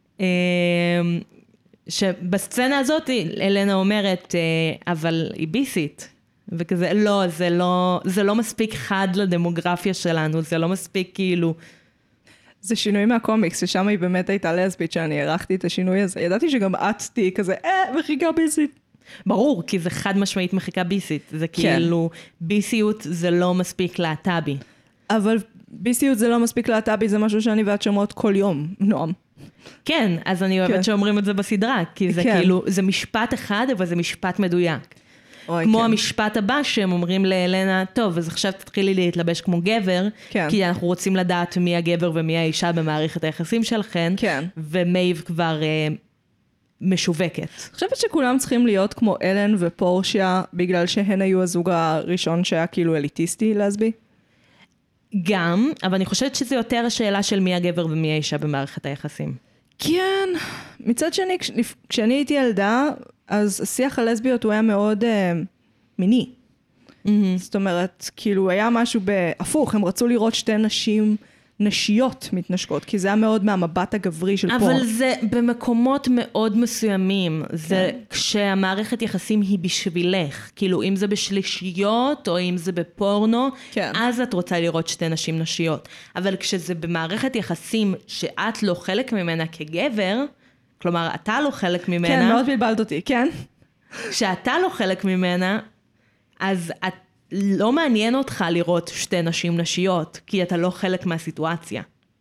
שבסצנה הזאת אלנה אומרת, אבל היא ביסית. וכזה, לא, זה לא, זה לא מספיק חד לדמוגרפיה שלנו, זה לא מספיק כאילו... זה שינוי מהקומיקס, ששם היא באמת הייתה לסבית, שאני ערכתי את השינוי הזה. ידעתי שגם את תהי כזה, אה, מחיקה ביסית. ברור, כי זה חד משמעית מחיקה ביסית. זה כאילו, ביסיות זה לא מספיק להט"בי. אבל ביסיות זה לא מספיק להט"בי, זה משהו שאני ואת שומעות כל יום, נועם. כן, אז אני אוהבת כן. שאומרים את זה בסדרה, כי זה כן. כאילו, זה משפט אחד, אבל זה משפט מדויק. אוי, כמו כן. המשפט הבא שהם אומרים לאלנה, טוב, אז עכשיו תתחילי להתלבש כמו גבר, כן. כי אנחנו רוצים לדעת מי הגבר ומי האישה במערכת היחסים שלכן, כן. ומייב כבר אה, משווקת. אני חושבת שכולם צריכים להיות כמו אלן ופורשיה, בגלל שהן היו הזוג הראשון שהיה כאילו אליטיסטי לסבי. גם, אבל אני חושבת שזה יותר השאלה של מי הגבר ומי האישה במערכת היחסים. כן, מצד שני, כש, כשאני הייתי ילדה, אז השיח הלסביות הוא היה מאוד אה, מיני. Mm-hmm. זאת אומרת, כאילו היה משהו בהפוך, הם רצו לראות שתי נשים נשיות מתנשקות, כי זה היה מאוד מהמבט הגברי של פורן. אבל זה במקומות מאוד מסוימים, זה כשהמערכת יחסים היא בשבילך, כאילו אם זה בשלישיות או אם זה בפורנו, כן. אז את רוצה לראות שתי נשים נשיות. אבל כשזה במערכת יחסים שאת לא חלק ממנה כגבר, כלומר אתה לא חלק ממנה, כן, מאוד בלבלת אותי, כן. כשאתה לא חלק ממנה, אז את לא מעניין אותך לראות שתי נשים נשיות, כי אתה לא חלק מהסיטואציה.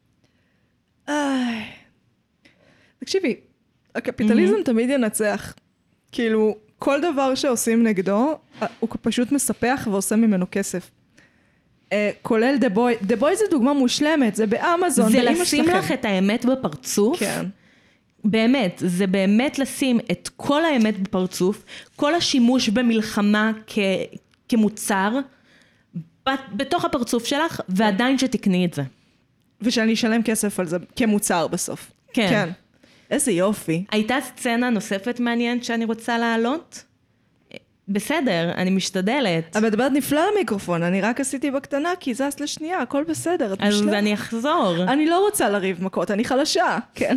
איי. תקשיבי, הקפיטליזם mm-hmm. תמיד ינצח. כאילו, כל דבר שעושים נגדו, הוא פשוט מספח ועושה ממנו כסף. Uh, כולל The Boy. The Boy זה דוגמה מושלמת, זה באמזון. זה לשים לך את האמת בפרצוף. כן. באמת, זה באמת לשים את כל האמת בפרצוף, כל השימוש במלחמה כ... כמוצר, בתוך הפרצוף שלך, ועדיין שתקני את זה. ושאני אשלם כסף על זה כמוצר בסוף. כן. כן. איזה יופי. הייתה סצנה נוספת מעניינת שאני רוצה להעלות? בסדר, אני משתדלת. את מדברת נפלא למיקרופון, אני רק עשיתי בקטנה, כי זזת לשנייה, הכל בסדר, את אז משלם. אני אחזור. אני לא רוצה לריב מכות, אני חלשה, כן.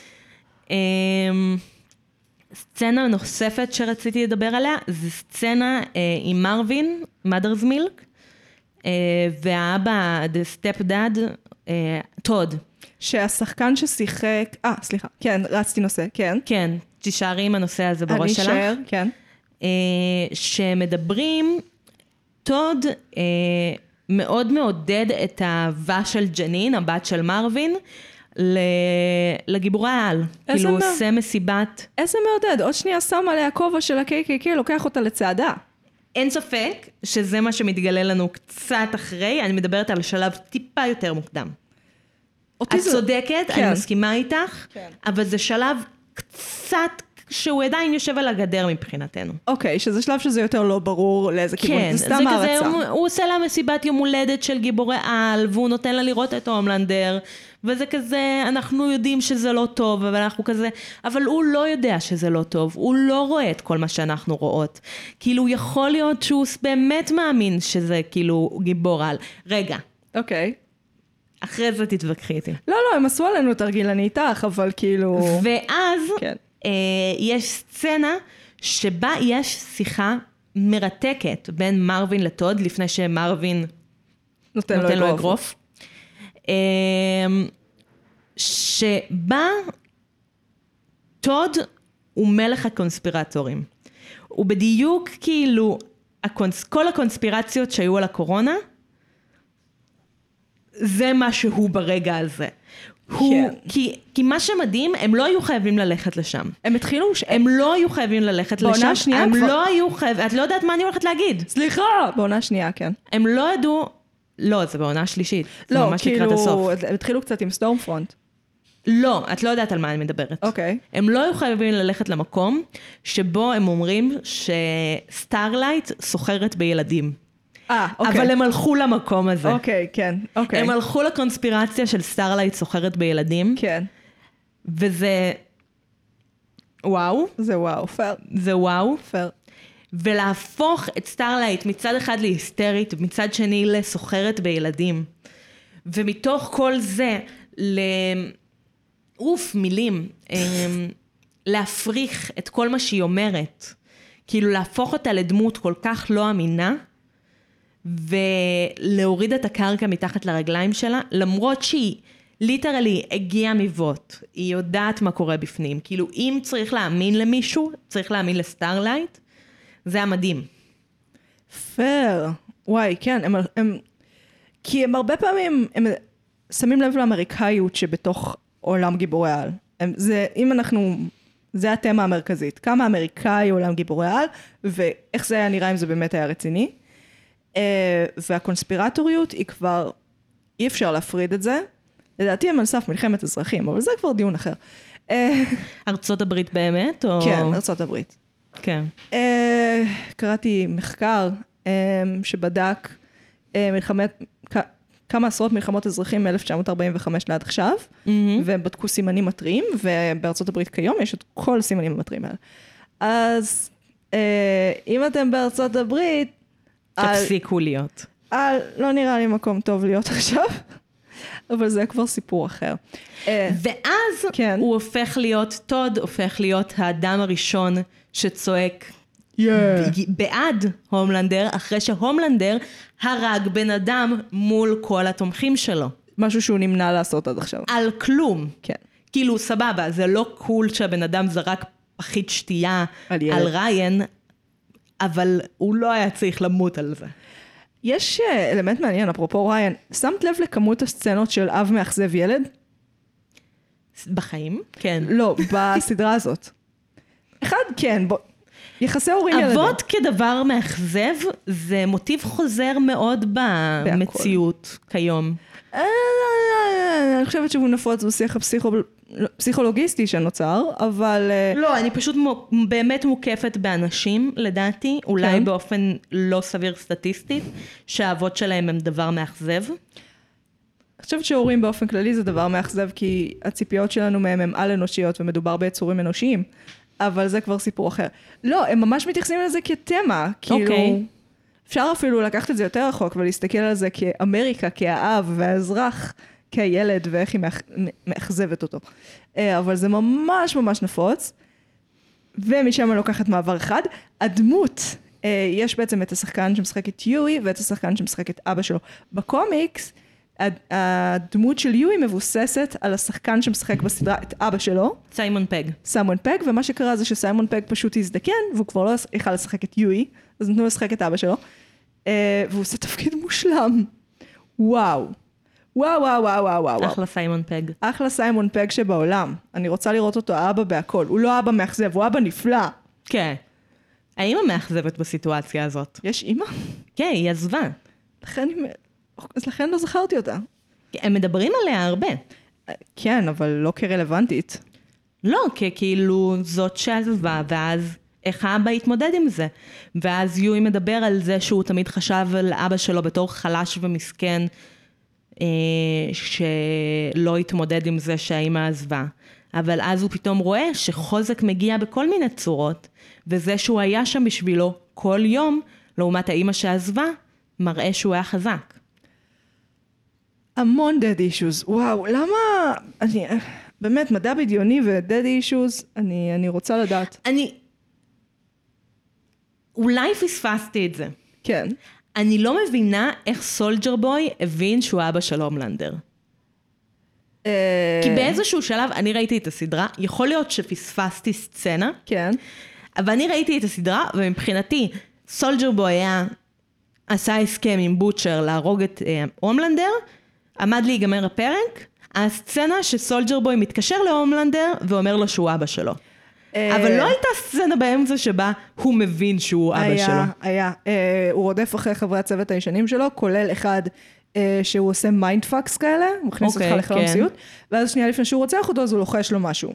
סצנה נוספת שרציתי לדבר עליה, זה סצנה אה, עם מרווין, Mother's Milk, אה, והאבא, the stepdad, אה, טוד. שהשחקן ששיחק, אה, סליחה, כן, רצתי נושא, כן. כן, תישארי עם הנושא הזה בראש שלך. אני אשאר, כן. אה, שמדברים, טוד אה, מאוד מעודד את האהבה של ג'נין, הבת של מרווין, לגיבורי העל. כאילו הוא עושה מסיבת... איזה מעודד, עוד שנייה שם עליה כובע של ה-קיי קיי קיי, לוקח אותה לצעדה. אין ספק שזה מה שמתגלה לנו קצת אחרי, אני מדברת על שלב טיפה יותר מוקדם. את צודקת, אני מסכימה איתך, אבל זה שלב קצת שהוא עדיין יושב על הגדר מבחינתנו. אוקיי, שזה שלב שזה יותר לא ברור לאיזה כיוון, זה סתם הערצה. הוא עושה לה מסיבת יום הולדת של גיבורי על, והוא נותן לה לראות את הומלנדר, וזה כזה, אנחנו יודעים שזה לא טוב, אבל אנחנו כזה, אבל הוא לא יודע שזה לא טוב, הוא לא רואה את כל מה שאנחנו רואות. כאילו, יכול להיות שהוא באמת מאמין שזה כאילו גיבור על. רגע. אוקיי. אחרי זה תתווכחי איתי. לא, לא, הם עשו עלינו תרגיל, אני איתך, אבל כאילו... ואז כן. אה, יש סצנה שבה יש שיחה מרתקת בין מרווין לטוד, לפני שמרווין נותן, נותן לו לו אגרוף. שבה טוד הוא מלך הקונספירטורים. הוא בדיוק כאילו, הקונס, כל הקונספירציות שהיו על הקורונה, זה מה שהוא ברגע הזה. הוא, כי, כי מה שמדהים, הם לא היו חייבים ללכת לשם. הם התחילו... ש... הם לא היו חייבים ללכת לשם. בעונה שנייה הם כבר... לא היו חייבים... את לא יודעת מה אני הולכת להגיד. סליחה! בעונה שנייה, כן. הם לא ידעו... לא, זה בעונה שלישית. לא, זה ממש כאילו... לקראת הסוף. הם התחילו קצת עם סטורמפרונט. לא, את לא יודעת על מה אני מדברת. אוקיי. הם לא היו חייבים ללכת למקום שבו הם אומרים שסטארלייט סוחרת בילדים. אה, אוקיי. אבל הם הלכו למקום הזה. אוקיי, כן, אוקיי. הם הלכו לקונספירציה של סטארלייט סוחרת בילדים. כן. וזה... וואו. זה וואו, פייר. זה וואו. פייר. ולהפוך את סטארלייט מצד אחד להיסטרית, מצד שני לסוחרת בילדים. ומתוך כל זה, ל... אוף, מילים, להפריך את כל מה שהיא אומרת. כאילו להפוך אותה לדמות כל כך לא אמינה, ולהוריד את הקרקע מתחת לרגליים שלה, למרות שהיא ליטרלי הגיעה מבוט, היא יודעת מה קורה בפנים. כאילו אם צריך להאמין למישהו, צריך להאמין לסטארלייט, זה המדהים. פייר. וואי, כן, הם, הם... כי הם הרבה פעמים, הם שמים לב לאמריקאיות שבתוך עולם גיבורי על. הם, זה, אם אנחנו, זה התמה המרכזית. כמה אמריקאי עולם גיבורי על, ואיך זה היה נראה אם זה באמת היה רציני. והקונספירטוריות היא כבר, אי אפשר להפריד את זה. לדעתי הם על סף מלחמת אזרחים, אבל זה כבר דיון אחר. ארצות הברית באמת? או... כן, ארצות הברית. כן. קראתי מחקר שבדק מלחמת, כמה עשרות מלחמות אזרחים מ-אלף תשע מאות ארבעים וחמש לעד עכשיו, והם בדקו סימנים מטרים, ובארצות הברית כיום יש את כל הסימנים המטרים האלה. אז אם אתם בארצות הברית, תפסיקו להיות. לא נראה לי מקום טוב להיות עכשיו. אבל זה כבר סיפור אחר. ואז כן. הוא הופך להיות, טוד הופך להיות האדם הראשון שצועק yeah. בעד הומלנדר, אחרי שהומלנדר הרג בן אדם מול כל התומכים שלו. משהו שהוא נמנע לעשות עד עכשיו. על כלום. כן. כאילו סבבה, זה לא קול שהבן אדם זרק פחית שתייה על, על ריין, אבל הוא לא היה צריך למות על זה. יש אלמנט מעניין, אפרופו ריין, שמת לב לכמות הסצנות של אב מאכזב ילד? בחיים? כן. לא, בסדרה הזאת. אחד, כן, בוא, יחסי הורים ילדים. אבות כדבר מאכזב, זה מוטיב חוזר מאוד במציאות כיום. אני חושבת שהוא נפוץ בשיח הפסיכולוגיסטי שנוצר, אבל... לא, אני פשוט באמת מוקפת באנשים, לדעתי, אולי באופן לא סביר סטטיסטית, שהאבות שלהם הם דבר מאכזב. אני חושבת שהורים באופן כללי זה דבר מאכזב, כי הציפיות שלנו מהם הם על אנושיות, ומדובר ביצורים אנושיים, אבל זה כבר סיפור אחר. לא, הם ממש מתייחסים לזה כתמה, כאילו... אפשר אפילו לקחת את זה יותר רחוק, ולהסתכל על זה כאמריקה, כאב והאזרח, כילד, ואיך היא מאכזבת אותו. אבל זה ממש ממש נפוץ, ומשם אני לוקחת מעבר אחד. הדמות, יש בעצם את השחקן שמשחק את יואי, ואת השחקן שמשחק את אבא שלו. בקומיקס, הדמות של יואי מבוססת על השחקן שמשחק בסדרה את אבא שלו. סיימון פג. סיימון פג, ומה שקרה זה שסיימון פג פשוט הזדקן, והוא כבר לא יכל לשחק את יואי, אז נתנו לשחק את אבא שלו, והוא עושה תפקיד מושלם. וואו. וואו, וואו, וואו, וואו, וואו. אחלה סיימון פג. אחלה סיימון פג שבעולם. אני רוצה לראות אותו אבא בהכל. הוא לא אבא מאכזב, הוא אבא נפלא. כן. האמא מאכזבת בסיטואציה הזאת. יש אמא? כן, היא עזבה. לכן, אז לכן לא זכרתי אותה. הם מדברים עליה הרבה. כן, אבל לא כרלוונטית. לא, כאילו זאת שעזבה, ואז איך האבא התמודד עם זה. ואז יואי מדבר על זה שהוא תמיד חשב על אבא שלו בתור חלש ומסכן, שלא התמודד עם זה שהאמא עזבה. אבל אז הוא פתאום רואה שחוזק מגיע בכל מיני צורות, וזה שהוא היה שם בשבילו כל יום, לעומת האמא שעזבה, מראה שהוא היה חזק. המון dead issues. וואו, למה... אני... באמת, מדע בדיוני ו-dead issues, אני, אני רוצה לדעת. אני... אולי פספסתי את זה. כן. אני לא מבינה איך סולג'ר בוי הבין שהוא אבא של הומלנדר. כי באיזשהו שלב אני ראיתי את הסדרה, יכול להיות שפספסתי סצנה, כן. אבל אני ראיתי את הסדרה, ומבחינתי סולג'ר בוי היה, עשה הסכם עם בוטשר להרוג את הומלנדר, עמד להיגמר הפרק, הסצנה שסולג'ר בוי מתקשר להומלנדר ואומר לו שהוא אבא שלו. אבל לא הייתה סצנה באמצע שבה הוא מבין שהוא אבא שלו. היה, היה. הוא רודף אחרי חברי הצוות הישנים שלו, כולל אחד שהוא עושה מיינד פאקס כאלה, הוא מכניס אותך לחלום מציאות, ואז שנייה לפני שהוא רוצח אותו, אז הוא לוחש לו משהו.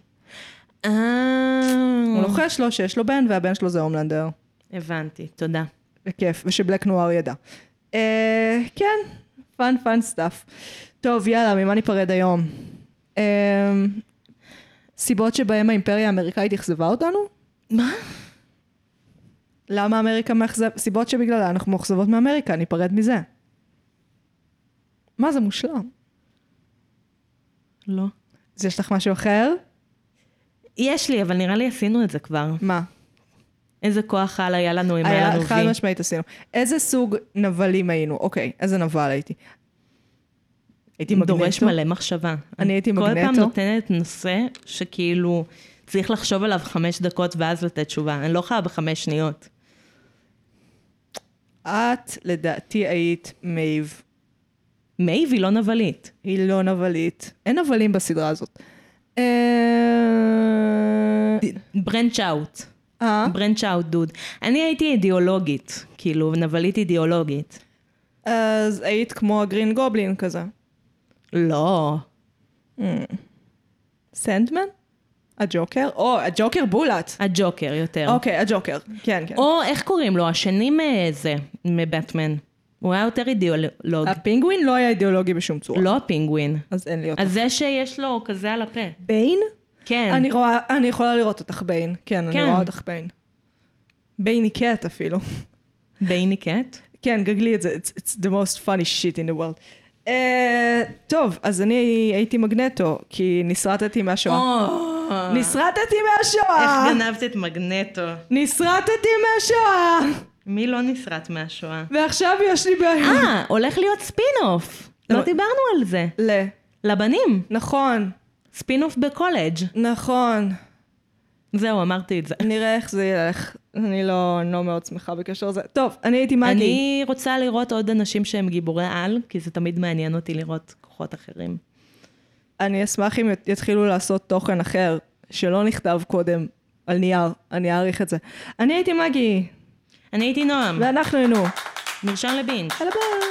הוא לוחש לו שיש לו בן, והבן שלו זה הומלנדר. הבנתי, תודה. בכיף, ושבלק נואר ידע. כן, פן פן סטאפ. טוב, יאללה, ממה ניפרד היום? סיבות שבהם האימפריה האמריקאית אכזבה אותנו? מה? למה אמריקה מאכזב? סיבות שבגללה אנחנו מאכזבות מאמריקה, ניפרד מזה. מה זה מושלם? לא. אז יש לך משהו אחר? יש לי, אבל נראה לי עשינו את זה כבר. מה? איזה כוח על היה לנו אם היה לנו וי. חד משמעית עשינו. איזה סוג נבלים היינו? אוקיי, איזה נבל הייתי? הייתי מגנטו. דורש מלא מחשבה. אני הייתי מגנטו. כל פעם נותנת נושא שכאילו צריך לחשוב עליו חמש דקות ואז לתת תשובה. אני לא חייבה בחמש שניות. את לדעתי היית מייב. מייב היא לא נבלית. היא לא נבלית. אין נבלים בסדרה הזאת. ברנץ' אאוט. אה? ברנץ' אאוט, דוד. אני הייתי אידיאולוגית, כאילו, נבלית אידיאולוגית. אז היית כמו הגרין גובלין כזה. לא. סנדמן? הג'וקר? או, הג'וקר בולט. הג'וקר יותר. אוקיי, הג'וקר. כן, כן. או איך קוראים לו? השני מזה, מבטמן. הוא היה יותר אידיאולוג. הפינגווין לא היה אידיאולוגי בשום צורה. לא הפינגווין. אז אין לי אותך. אז זה שיש לו כזה על הפה. ביין? כן. אני רואה, אני יכולה לראות אותך ביין. כן, אני כן. רואה אותך ביין. ביין קט אפילו. בייני קט? כן, גגלי את זה. It's, it's the most funny shit in the world. Uh, טוב, אז אני הייתי מגנטו, כי נסרטתי מהשואה. נסרטתי מהשואה! איך גנבת את מגנטו? נסרטתי מהשואה! מי לא נסרט מהשואה? ועכשיו יש לי בעיה. אה, הולך להיות ספין-אוף. לא דיברנו על זה. ל. לבנים. נכון, ספין-אוף בקולג'. נכון. זהו, אמרתי את זה. נראה איך זה ילך. אני לא, אני לא מאוד שמחה בקשר לזה. טוב, אני הייתי מגי. אני רוצה לראות עוד אנשים שהם גיבורי על, כי זה תמיד מעניין אותי לראות כוחות אחרים. אני אשמח אם יתחילו לעשות תוכן אחר, שלא נכתב קודם על נייר. אני אעריך את זה. אני הייתי מגי. אני הייתי נועם. ואנחנו היינו. מרשם לבינג'. יאללה ביי.